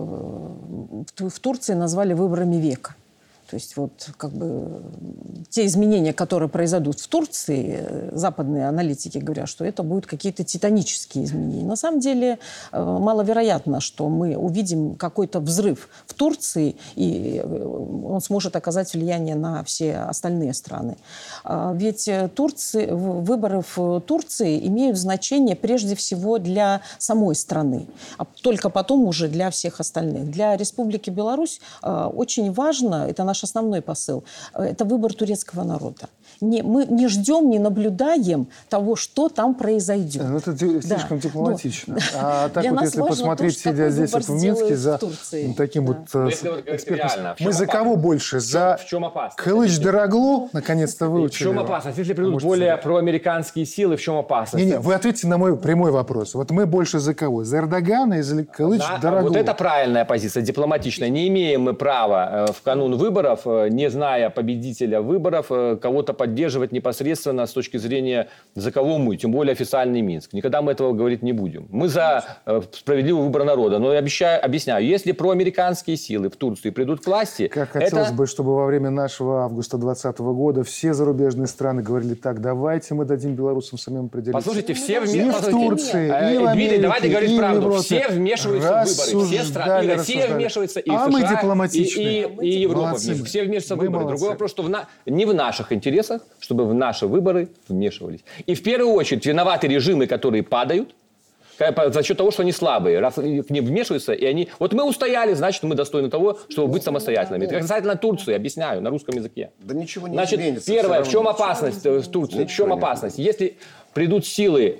Speaker 6: в Турции назвали выборами века. То есть вот как бы те изменения, которые произойдут в Турции, западные аналитики говорят, что это будут какие-то титанические изменения. На самом деле маловероятно, что мы увидим какой-то взрыв в Турции, и он сможет оказать влияние на все остальные страны. Ведь Турции, выборы в Турции имеют значение прежде всего для самой страны, а только потом уже для всех остальных. Для Республики Беларусь очень важно, это наш основной посыл, это выбор турецкого народа. Не, мы не ждем, не наблюдаем того, что там произойдет.
Speaker 1: Ну, это слишком
Speaker 6: да.
Speaker 1: дипломатично.
Speaker 6: Но,
Speaker 1: а так
Speaker 6: для
Speaker 1: вот,
Speaker 6: нас
Speaker 1: если
Speaker 6: важно
Speaker 1: посмотреть,
Speaker 6: то,
Speaker 1: сидя здесь вот в Минске, за
Speaker 6: в
Speaker 1: таким
Speaker 6: да.
Speaker 1: вот
Speaker 5: Если вот
Speaker 1: экспертом,
Speaker 5: реально, в чем
Speaker 1: мы за кого
Speaker 5: опасность?
Speaker 1: больше? За
Speaker 5: В чем опасность?
Speaker 1: Кылыч-Дороглу, наконец-то
Speaker 5: В
Speaker 1: выучили
Speaker 5: чем
Speaker 1: его?
Speaker 5: опасность? Если придут
Speaker 1: Можете
Speaker 5: более
Speaker 1: сказать.
Speaker 5: проамериканские силы, в чем опасность?
Speaker 1: Не-не, вы ответьте на мой прямой вопрос. Вот мы больше за кого? За Эрдогана или за
Speaker 5: Да,
Speaker 1: Кылыч-Дороглу?
Speaker 5: вот это правильная позиция, дипломатичная. Не имеем мы права э, в канун выборов, э, не зная победителя выборов, э, кого-то поддерживать непосредственно с точки зрения, за кого мы, тем более официальный Минск. Никогда мы этого говорить не будем. Мы за э, справедливый выбор народа. Но я обещаю, объясняю, если проамериканские силы в Турции придут к власти...
Speaker 1: Как хотелось
Speaker 5: это...
Speaker 1: бы, чтобы во время нашего августа двадцатого года все зарубежные страны говорили так: давайте мы дадим белорусам самим определиться.
Speaker 5: Послушайте, все
Speaker 1: И
Speaker 5: вме-
Speaker 1: в
Speaker 5: послушайте,
Speaker 1: Турции,
Speaker 5: э,
Speaker 1: и в Америке,
Speaker 5: Дмитрий, давайте
Speaker 1: и
Speaker 5: говорить
Speaker 1: в
Speaker 5: правду.
Speaker 1: Европе.
Speaker 5: Все вмешиваются в выборы. Все страны. И Россия
Speaker 1: рассуждали.
Speaker 5: вмешивается, и
Speaker 1: А
Speaker 5: США,
Speaker 1: мы
Speaker 5: и,
Speaker 1: дипломатичные.
Speaker 5: и, и Европа
Speaker 1: Молодцы.
Speaker 5: вмешивается. Все вмешиваются в
Speaker 1: Мы
Speaker 5: выборы.
Speaker 1: молодцы.
Speaker 5: Другой вопрос, что в на... не в наших интересах, чтобы в наши выборы вмешивались. И в первую очередь виноваты режимы, которые падают, за счет того, что они слабые. Раз к ним вмешиваются, и они... Вот мы устояли, значит, мы достойны того, чтобы быть самостоятельными. Это касательно Турции, объясняю, на русском языке.
Speaker 4: Да ничего не
Speaker 5: Значит,
Speaker 4: изменится.
Speaker 5: первое,
Speaker 4: все
Speaker 5: в чем
Speaker 4: равно.
Speaker 5: опасность в Турции?
Speaker 4: Ничего
Speaker 5: В чем
Speaker 4: не
Speaker 5: опасность? Если придут силы,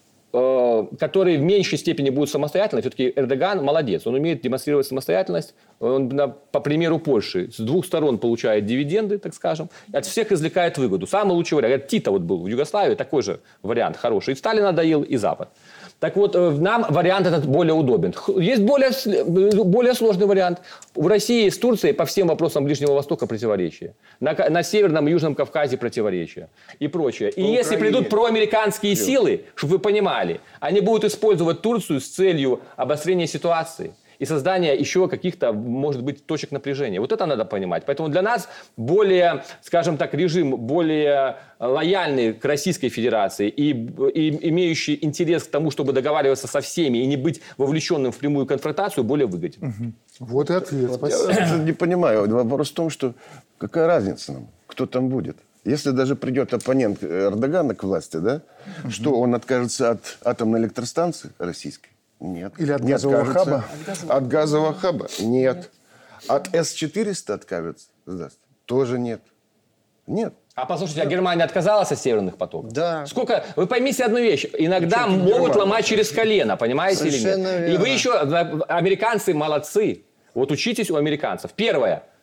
Speaker 5: э, которые в меньшей степени будут самостоятельны, все-таки Эрдоган молодец, он умеет демонстрировать самостоятельность, он, на, по примеру Польши, с двух сторон получает дивиденды, так скажем, и от всех извлекает выгоду. Самый лучший вариант, Тита вот был в Югославии, такой же вариант хороший. И Сталина доил, и Запад. Так вот, нам вариант этот более удобен. Есть более, более сложный вариант. В России с Турцией по всем вопросам Ближнего Востока противоречия. На, на Северном и Южном Кавказе противоречия. И прочее. И
Speaker 4: По
Speaker 5: если
Speaker 4: Украине.
Speaker 5: придут проамериканские силы, чтобы вы понимали, они будут использовать Турцию с целью обострения ситуации и создания еще каких-то, может быть, точек напряжения. Вот это надо понимать. Поэтому для нас более, скажем так, режим более лояльный к Российской Федерации и, и имеющий интерес к тому, чтобы договариваться со всеми и не быть вовлеченным в прямую конфронтацию, более выгоден.
Speaker 1: Угу. Вот и ответ. Спасибо.
Speaker 4: Я не понимаю. Вопрос в том, что какая разница нам, кто там будет. Если даже придет оппонент Эрдогана к власти, да, угу. что он откажется от атомной электростанции российской? Нет.
Speaker 1: Или от
Speaker 4: не
Speaker 1: газового
Speaker 4: откажется.
Speaker 1: хаба?
Speaker 4: От газового, от газового хаба? Нет. нет. От эс четыреста откажется? Сдаст? Тоже нет. Нет.
Speaker 5: А послушайте, а Германия отказалась от северных потоков?
Speaker 3: Да.
Speaker 5: Сколько? Вы поймите одну вещь. Иногда
Speaker 4: Причем
Speaker 5: могут
Speaker 4: Германия?
Speaker 5: ломать через колено, понимаете или
Speaker 3: Совершенно
Speaker 5: нет?
Speaker 3: верно.
Speaker 5: И вы еще, американцы молодцы. Вот учитесь у американцев. Первое.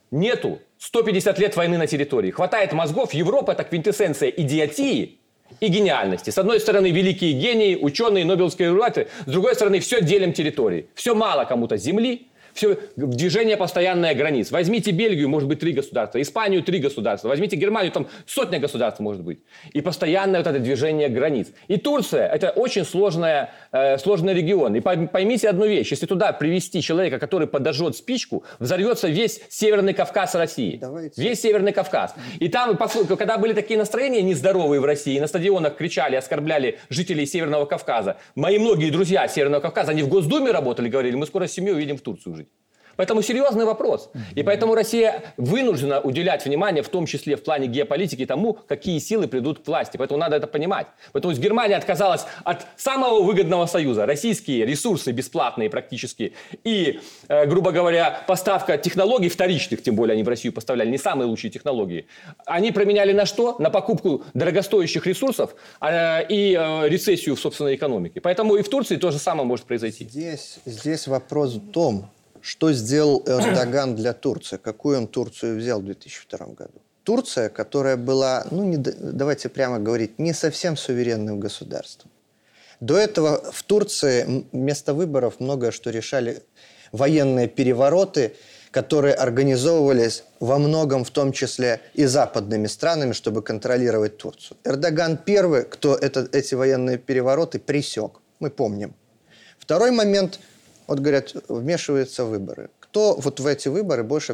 Speaker 5: Нету сто пятьдесят лет войны на территории. Хватает мозгов. Европа – это квинтэссенция идиотии и гениальности. С одной стороны, великие гении, ученые, нобелевские лауреаты. С другой стороны, все делим территории. Все мало кому-то земли. Все движение постоянное границ. Возьмите Бельгию, может быть, три государства. Испанию, три государства. Возьмите Германию, там сотня государств может быть. И постоянное вот это движение границ. И Турция – это очень сложная, э, сложный регион. И поймите одну вещь. Если туда привести человека, который подожжет спичку, взорвется весь Северный Кавказ России. Давайте. Весь Северный Кавказ. И там, когда были такие настроения нездоровые в России, на стадионах кричали, оскорбляли жителей Северного Кавказа. Мои многие друзья Северного Кавказа, они в Госдуме работали, говорили, мы скоро с семьей уедем в Турцию жить. Поэтому серьезный вопрос. И поэтому Россия вынуждена уделять внимание, в том числе в плане геополитики, тому, какие силы придут к власти. Поэтому надо это понимать. Поэтому Германия отказалась от самого выгодного союза. Российские ресурсы бесплатные практически. И, э, грубо говоря, поставка технологий вторичных, тем более они в Россию поставляли не самые лучшие технологии. Они променяли на что? На покупку дорогостоящих ресурсов э, и э, рецессию в собственной экономике. Поэтому и в Турции то же самое может произойти.
Speaker 3: Здесь, здесь вопрос в том, что сделал Эрдоган для Турции? Какую он Турцию взял в две тысячи втором году? Турция, которая была, ну, не, давайте прямо говорить, не совсем суверенным государством. До этого в Турции вместо выборов многое что решали военные перевороты, которые организовывались во многом, в том числе и западными странами, чтобы контролировать Турцию. Эрдоган первый, кто это, эти военные перевороты пресек. Мы помним. Второй момент – вот, говорят, вмешиваются в выборы. Кто вот в эти выборы больше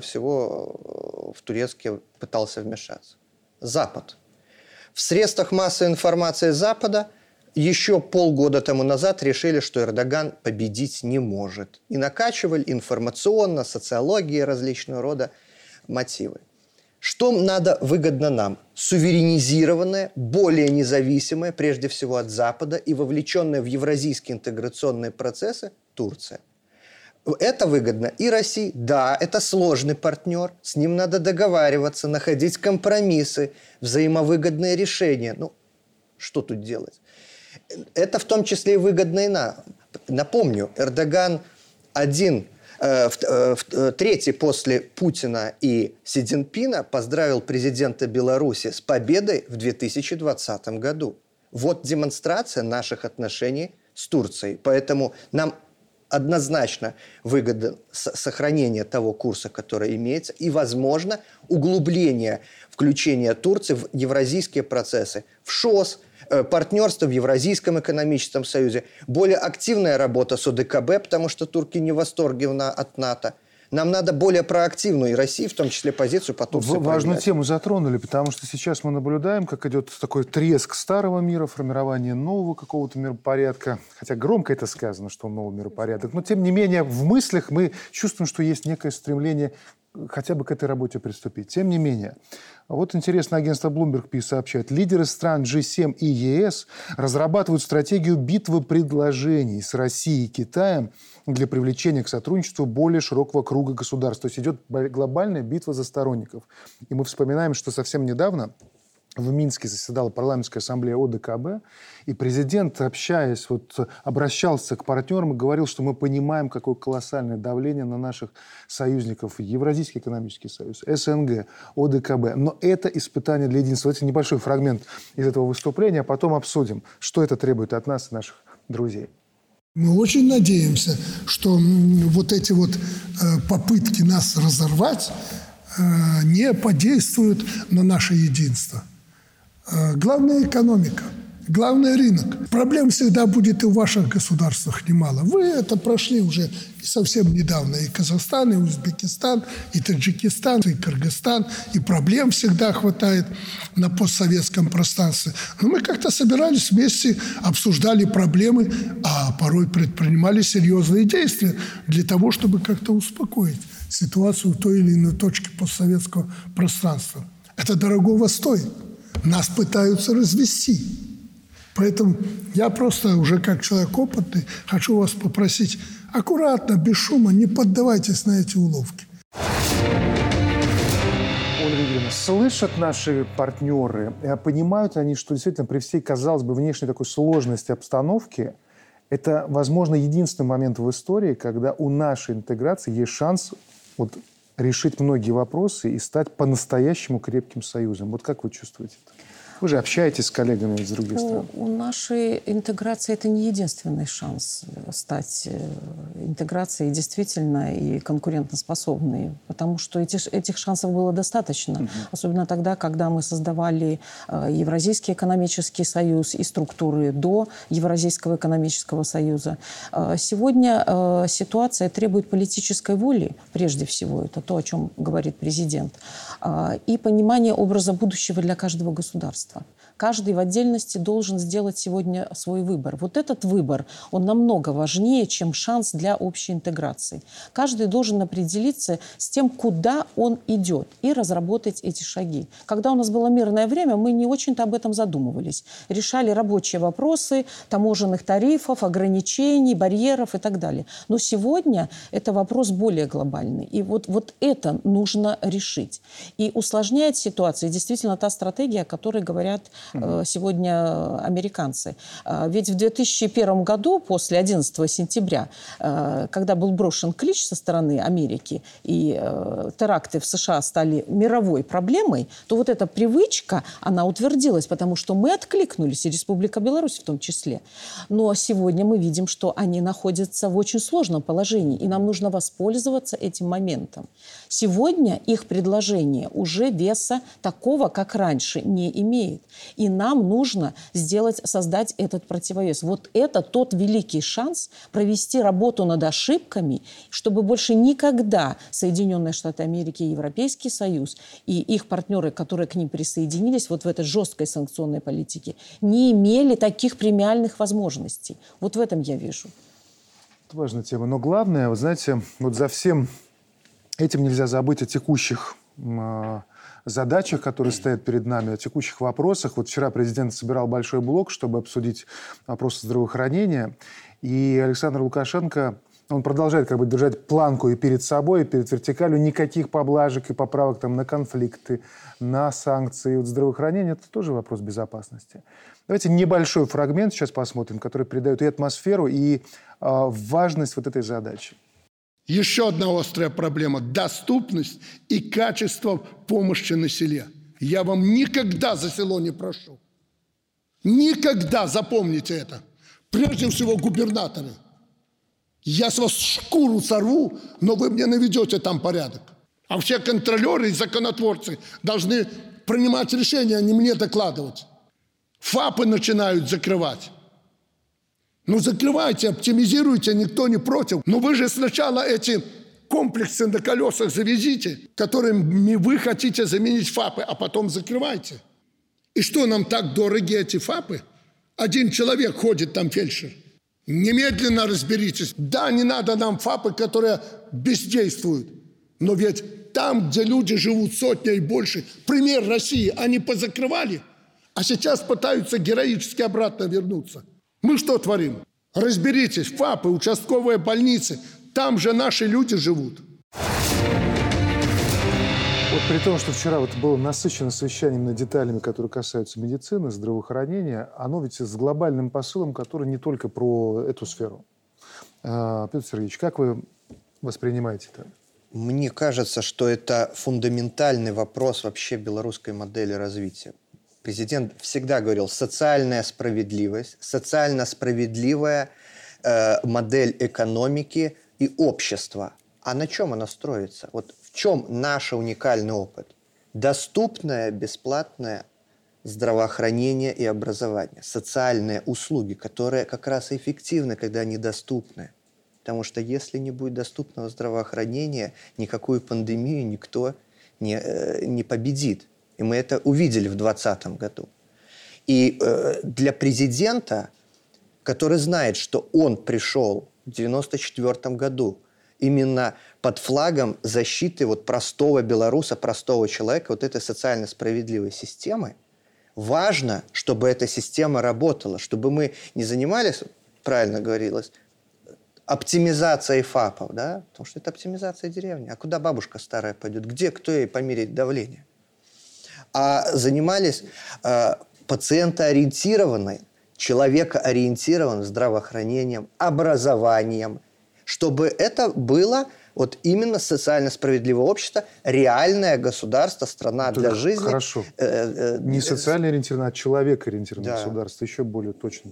Speaker 3: всего в турецкие пытался вмешаться? Запад. В средствах массовой информации Запада еще полгода тому назад решили, что Эрдоган победить не может. И накачивали информационно, социологии различного рода мотивы. Что надо выгодно нам? Суверенизированная, более независимая, прежде всего от Запада, и вовлеченная в евразийские интеграционные процессы Турция. Это выгодно и России. Да, это сложный партнер, с ним надо договариваться, находить компромиссы, взаимовыгодные решения. Ну, что тут делать? Это в том числе и выгодно и нам. Напомню, Эрдоган один... третий после Путина и Си Цзиньпина поздравил президента Беларуси с победой в две тысячи двадцатом году. Вот демонстрация наших отношений с Турцией. Поэтому нам однозначно выгодно сохранение того курса, который имеется, и, возможно, углубление включения Турции в евразийские процессы, в ШОС, партнерство в Евразийском экономическом союзе, более активная работа с О Дэ Ка Бэ, потому что турки не в восторге от НАТО. Нам надо более проактивную, и России, в том числе, позицию по Турции.
Speaker 1: Важную
Speaker 3: проявлять.
Speaker 1: тему затронули, потому что сейчас мы наблюдаем, как идет такой треск старого мира, формирование нового какого-то миропорядка. Хотя громко это сказано, что новый миропорядок. Но, тем не менее, в мыслях мы чувствуем, что есть некое стремление хотя бы к этой работе приступить. Тем не менее, вот интересно, агентство Bloomberg Peace сообщает, лидеры стран Джи семь и Е Эс разрабатывают стратегию битвы предложений с Россией и Китаем для привлечения к сотрудничеству более широкого круга государств. То есть идет глобальная битва за сторонников. И мы вспоминаем, что совсем недавно в Минске заседала парламентская ассамблея О Дэ Ка Бэ, и президент, общаясь, вот, обращался к партнерам и говорил, что мы понимаем, какое колоссальное давление на наших союзников. Евразийский экономический союз, Эс Эн Гэ, О Дэ Ка Бэ. Но это испытание для единства. Это небольшой фрагмент из этого выступления, а потом обсудим, что это требует от нас и наших друзей.
Speaker 9: Мы очень надеемся, что вот эти вот попытки нас разорвать не подействуют на наше единство. Главное – экономика. Главное – рынок. Проблем всегда будет и в ваших государствах немало. Вы это прошли уже совсем недавно. И Казахстан, и Узбекистан, и Таджикистан, и Кыргызстан. И проблем всегда хватает на постсоветском пространстве. Но мы как-то собирались вместе, обсуждали проблемы, а порой предпринимали серьезные действия для того, чтобы как-то успокоить ситуацию в той или иной точке постсоветского пространства. Это дорогого стоит. Нас пытаются развести. Поэтому я просто уже как человек опытный хочу вас попросить аккуратно, без шума, не поддавайтесь на эти уловки.
Speaker 1: Ольга Юрьевна, слышат наши партнеры, понимают они, что действительно при всей, казалось бы, внешней такой сложности обстановки, это, возможно, единственный момент в истории, когда у нашей интеграции есть шанс вот решить многие вопросы и стать по-настоящему крепким союзом. Вот как вы чувствуете это? Вы же общаетесь с коллегами из других стран.
Speaker 6: У, у нашей интеграции это не единственный шанс стать интеграцией действительно и конкурентоспособной, потому что эти, этих шансов было достаточно. Mm-hmm. Особенно тогда, когда мы создавали Евразийский экономический союз и структуры до Евразийского экономического союза. Сегодня ситуация требует политической воли, прежде всего, это то, о чем говорит президент, и понимания образа будущего для каждого государства. Каждый в отдельности должен сделать сегодня свой выбор. Вот этот выбор, он намного важнее, чем шанс для общей интеграции. Каждый должен определиться с тем, куда он идет, и разработать эти шаги. Когда у нас было мирное время, мы не очень-то об этом задумывались. Решали рабочие вопросы таможенных тарифов, ограничений, барьеров и так далее. Но сегодня это вопрос более глобальный. И вот, вот это нужно решить. И усложняет ситуацию действительно та стратегия, о которой говорят сегодня американцы. Ведь в две тысячи первом году, после одиннадцатого сентября, когда был брошен клич со стороны Америки, и теракты в США стали мировой проблемой, то вот эта привычка, она утвердилась, потому что мы откликнулись, и Республика Беларусь в том числе. Но сегодня мы видим, что они находятся в очень сложном положении, и нам нужно воспользоваться этим моментом. Сегодня их предложение уже веса такого, как раньше, не имеет. И нам нужно сделать, создать этот противовес. Вот это тот великий шанс провести работу над ошибками, чтобы больше никогда Соединенные Штаты Америки и Европейский Союз и их партнеры, которые к ним присоединились вот в этой жесткой санкционной политике, не имели таких премиальных возможностей. Вот в этом я вижу.
Speaker 1: Это важная тема. Но главное, вы знаете, вот за всем этим нельзя забыть о текущих задачах, которые стоят перед нами, о текущих вопросах. Вот вчера президент собирал большой блок, чтобы обсудить вопросы здравоохранения. И Александр Лукашенко, он продолжает как бы держать планку и перед собой, и перед вертикалью. Никаких поблажек и поправок там, на конфликты, на санкции. Вот здравоохранение – это тоже вопрос безопасности. Давайте небольшой фрагмент сейчас посмотрим, который передает и атмосферу, и э, важность вот этой задачи.
Speaker 9: Еще одна острая проблема – доступность и качество помощи на селе. Я вам никогда за село не прошу. Никогда, запомните это. Прежде всего губернаторы. Я с вас шкуру сорву, но вы мне наведете там порядок. А все контролеры и законотворцы должны принимать решения, а не мне докладывать. ФАПы начинают закрывать. Ну, закрывайте, оптимизируйте, никто не против. Но вы же сначала эти комплексы на колесах завезите, которыми вы хотите заменить ФАПы, а потом закрывайте. И что, нам так дороги эти ФАПы? Один человек ходит там, фельдшер. Немедленно разберитесь. Да, не надо нам ФАПы, которые бездействуют. Но ведь там, где люди живут сотня и больше, пример России, они позакрывали, а сейчас пытаются героически обратно вернуться. Мы что творим? Разберитесь, ФАПы, участковые больницы, там же наши люди живут.
Speaker 1: Вот при том, что вчера вот было насыщено совещанием над деталями, которые касаются медицины, здравоохранения, оно ведь с глобальным посылом, который не только про эту сферу. А, Петр Сергеевич, как вы воспринимаете это?
Speaker 3: Мне кажется, что это фундаментальный вопрос вообще белорусской модели развития. Президент всегда говорил, социальная справедливость, социально справедливая э, модель экономики и общества. А на чем она строится? Вот в чем наш уникальный опыт? Доступное, бесплатное здравоохранение и образование. Социальные услуги, которые как раз эффективны, когда они доступны. Потому что если не будет доступного здравоохранения, никакую пандемию никто не, э, не победит. И мы это увидели в двадцатом году. И э, для президента, который знает, что он пришел в девяносто четвёртом году именно под флагом защиты вот простого белоруса, простого человека, вот этой социально справедливой системы, важно, чтобы эта система работала, чтобы мы не занимались, правильно говорилось, оптимизацией ФАПов, да? Потому что это оптимизация деревни. А куда бабушка старая пойдет? Где, кто ей померить давление? А занимались э, пациентоориентированной, человекоориентированным здравоохранением, образованием, чтобы это было Вот именно социально справедливое общество, реальное государство, страна
Speaker 1: Только
Speaker 3: для жизни.
Speaker 1: Хорошо.
Speaker 3: Э, э,
Speaker 1: Не социально ориентированное, а человекоориентированное
Speaker 3: да.
Speaker 1: государство. Еще более точно.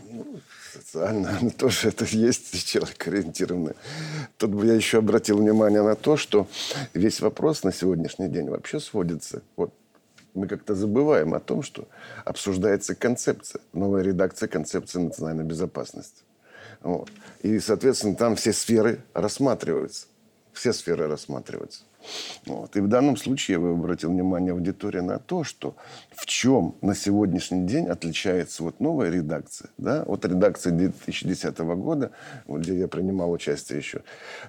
Speaker 4: Социально оно тоже это есть человекоориентированное. Тут бы я еще обратил внимание на то, что весь вопрос на сегодняшний день вообще сводится. Вот мы как-то забываем о том, что обсуждается концепция, новая редакция концепции национальной безопасности. Вот. И, соответственно, там все сферы рассматриваются. Все сферы рассматриваются. Вот. И в данном случае я бы обратил внимание аудитории на то, что в чем на сегодняшний день отличается вот новая редакция, да, от редакции две тысячи десятого года, вот, где я принимал участие еще.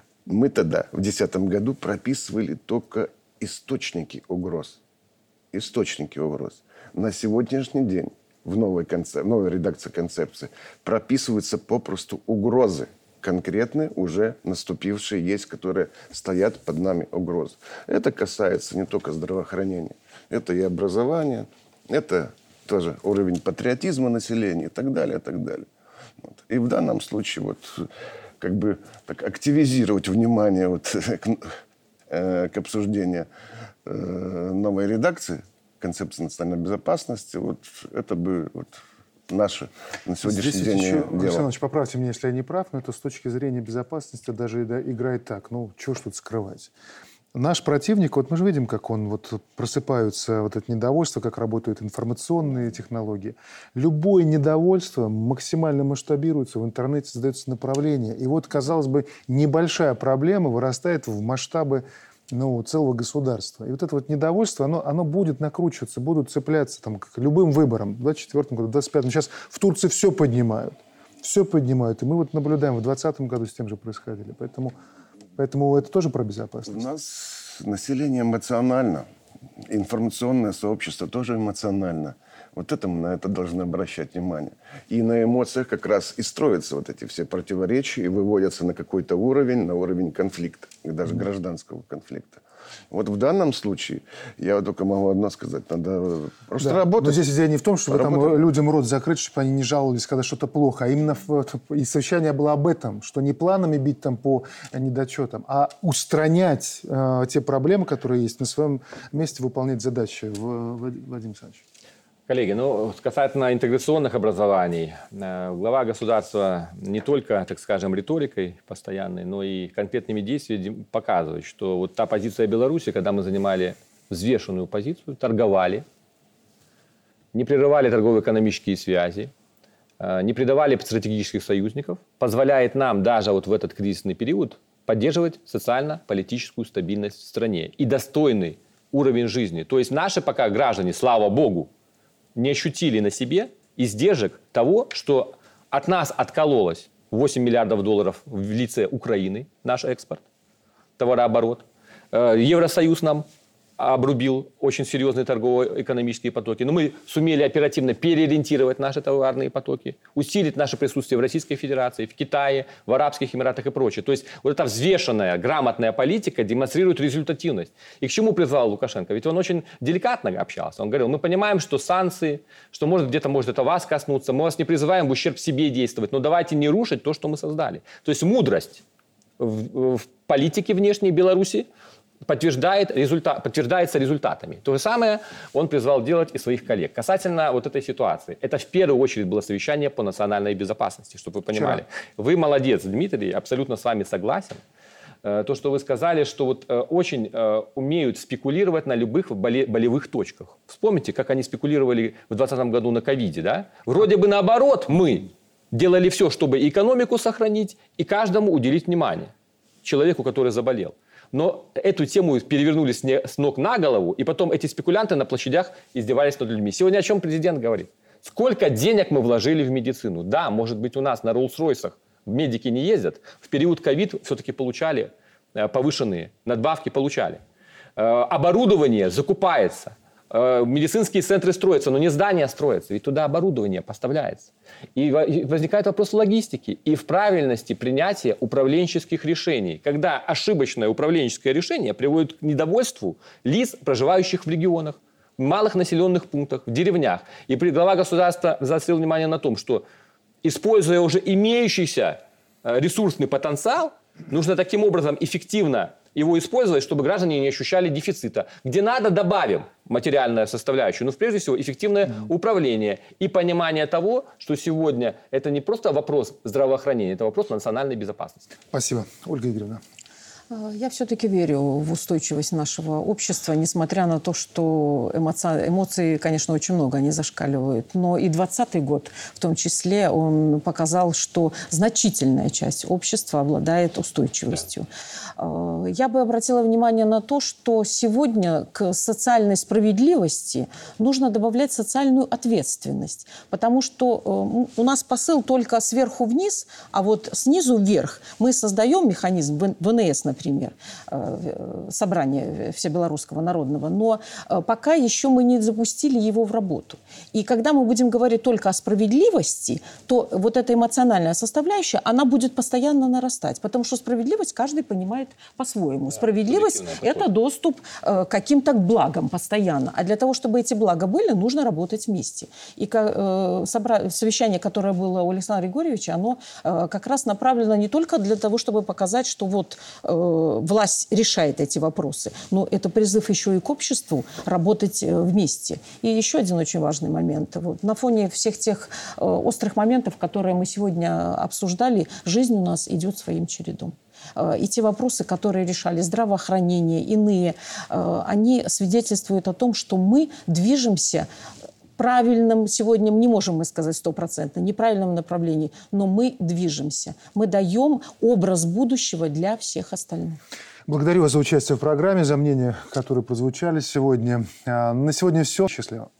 Speaker 4: Мы тогда, в две тысячи десятом году, прописывали только источники угроз. Источники угроз. На сегодняшний день в новой, концеп... новой редакции концепции прописываются попросту угрозы. Конкретные, уже наступившие есть, которые стоят под нами угрозы. Это касается не только здравоохранения. Это и образование, это тоже уровень патриотизма населения и так далее, и так далее. Вот. И в данном случае вот, как бы так, активизировать внимание вот, к, э, к обсуждению э, новой редакции концепции национальной безопасности, вот, это бы... Вот, наше на сегодняшний
Speaker 1: Здесь
Speaker 4: день
Speaker 1: еще,
Speaker 4: дело.
Speaker 1: Александр Иванович, поправьте меня, если я не прав, но это с точки зрения безопасности даже играет так. Ну, чего ж тут скрывать? Наш противник, вот мы же видим, как он вот просыпаются, вот это недовольство, как работают информационные технологии. Любое недовольство максимально масштабируется, в интернете создается направление. И вот, казалось бы, небольшая проблема вырастает в масштабы ну, целого государства. И вот это вот недовольство, оно, оно будет накручиваться, будут цепляться там, к любым выборам. В двадцать четвёртом году, в двадцать пятом. Сейчас в Турции все поднимают. Все поднимают. И мы вот наблюдаем, в двадцатом году с тем же происходило. Поэтому, поэтому это тоже про безопасность.
Speaker 4: У нас население эмоционально. Информационное сообщество тоже эмоционально. Вот это мы на это должны обращать внимание. И на эмоциях как раз и строятся вот эти все противоречия и выводятся на какой-то уровень, на уровень конфликта, и даже гражданского конфликта. Вот в данном случае я только могу одно сказать. Надо просто
Speaker 1: да,
Speaker 4: работать.
Speaker 1: Но здесь идея не в том, чтобы там людям рот закрыть, чтобы они не жаловались, когда что-то плохо. А именно в, и совещание было об этом, что не планами бить там по недочетам, а устранять э, те проблемы, которые есть, на своем месте выполнять задачи. Владимир Александрович.
Speaker 5: Коллеги, ну, касательно интеграционных образований, глава государства не только, так скажем, риторикой постоянной, но и конкретными действиями показывает, что вот та позиция Беларуси, когда мы занимали взвешенную позицию, торговали, не прерывали торгово-экономические связи, не предавали стратегических союзников, позволяет нам даже вот в этот кризисный период поддерживать социально-политическую стабильность в стране и достойный уровень жизни. То есть наши пока граждане, слава богу, не ощутили на себе издержек того, что от нас откололось восемь миллиардов долларов в лице Украины, наш экспорт, товарооборот. Евросоюз нам обрубил очень серьезные торгово-экономические потоки. Но мы сумели оперативно переориентировать наши товарные потоки, усилить наше присутствие в Российской Федерации, в Китае, в Арабских Эмиратах и прочее. То есть вот эта взвешенная, грамотная политика демонстрирует результативность. И к чему призвал Лукашенко? Ведь он очень деликатно общался. Он говорил, мы понимаем, что санкции, что может где-то может это вас коснуться, мы вас не призываем в ущерб себе действовать, но давайте не рушить то, что мы создали. То есть мудрость в, в политике внешней Беларуси подтверждает результат, подтверждается результатами. То же самое он призвал делать и своих коллег. Касательно вот этой ситуации. Это в первую очередь было совещание по национальной безопасности, чтобы вы понимали. Вчера. Вы молодец, Дмитрий, абсолютно с вами согласен. То, что вы сказали, что вот очень умеют спекулировать на любых болевых точках. Вспомните, как они спекулировали в двадцатом году на ковиде, да? Вроде бы наоборот, мы делали все, чтобы экономику сохранить и каждому уделить внимание. Человеку, который заболел. Но эту тему перевернули с ног на голову, и потом эти спекулянты на площадях издевались над людьми. Сегодня о чем президент говорит? Сколько денег мы вложили в медицину? Да, может быть, у нас на Роллс-Ройсах медики не ездят. В период ковид все-таки получали повышенные надбавки, получали. Оборудование закупается. Медицинские центры строятся, но не здания строятся, ведь туда оборудование поставляется. И возникает вопрос логистики и в правильности принятия управленческих решений, когда ошибочное управленческое решение приводит к недовольству лиц, проживающих в регионах, в малых населенных пунктах, в деревнях. И глава государства заострил внимание на том, что, используя уже имеющийся ресурсный потенциал, Нужно таким образом эффективно его использовать, чтобы граждане не ощущали дефицита. Где надо, добавим материальную составляющую, но прежде всего эффективное mm-hmm. управление и понимание того, что сегодня это не просто вопрос здравоохранения, это вопрос национальной безопасности.
Speaker 1: Спасибо. Ольга Игоревна.
Speaker 6: Я все-таки верю в устойчивость нашего общества, несмотря на то, что эмоци... эмоций, конечно, очень много, они зашкаливают. Но и двадцатый год, в том числе, он показал, что значительная часть общества обладает устойчивостью. Да. Я бы обратила внимание на то, что сегодня к социальной справедливости нужно добавлять социальную ответственность. Потому что у нас посыл только сверху вниз, а вот снизу вверх мы создаем механизм в эн эс, например, например, собрание Всебелорусского народного, но пока еще мы не запустили его в работу. И когда мы будем говорить только о справедливости, то вот эта эмоциональная составляющая, она будет постоянно нарастать, потому что справедливость каждый понимает по-своему. Да, справедливость – это доступ к каким-то благам постоянно. А для того, чтобы эти блага были, нужно работать вместе. И совещание, которое было у Александра Григорьевича, оно как раз направлено не только для того, чтобы показать, что вот власть решает эти вопросы, но это призыв еще и к обществу работать вместе. И еще один очень важный момент. Вот, на фоне всех тех э, острых моментов, которые мы сегодня обсуждали, жизнь у нас идет своим чередом. Э, и те вопросы, которые решали здравоохранение, иные, э, они свидетельствуют о том, что мы движемся правильном, сегодня не можем мы сказать стопроцентно, неправильном направлении, но мы движемся. Мы даем образ будущего для всех остальных.
Speaker 1: Благодарю вас за участие в программе, за мнения, которые прозвучали сегодня. На сегодня все. Счастливо.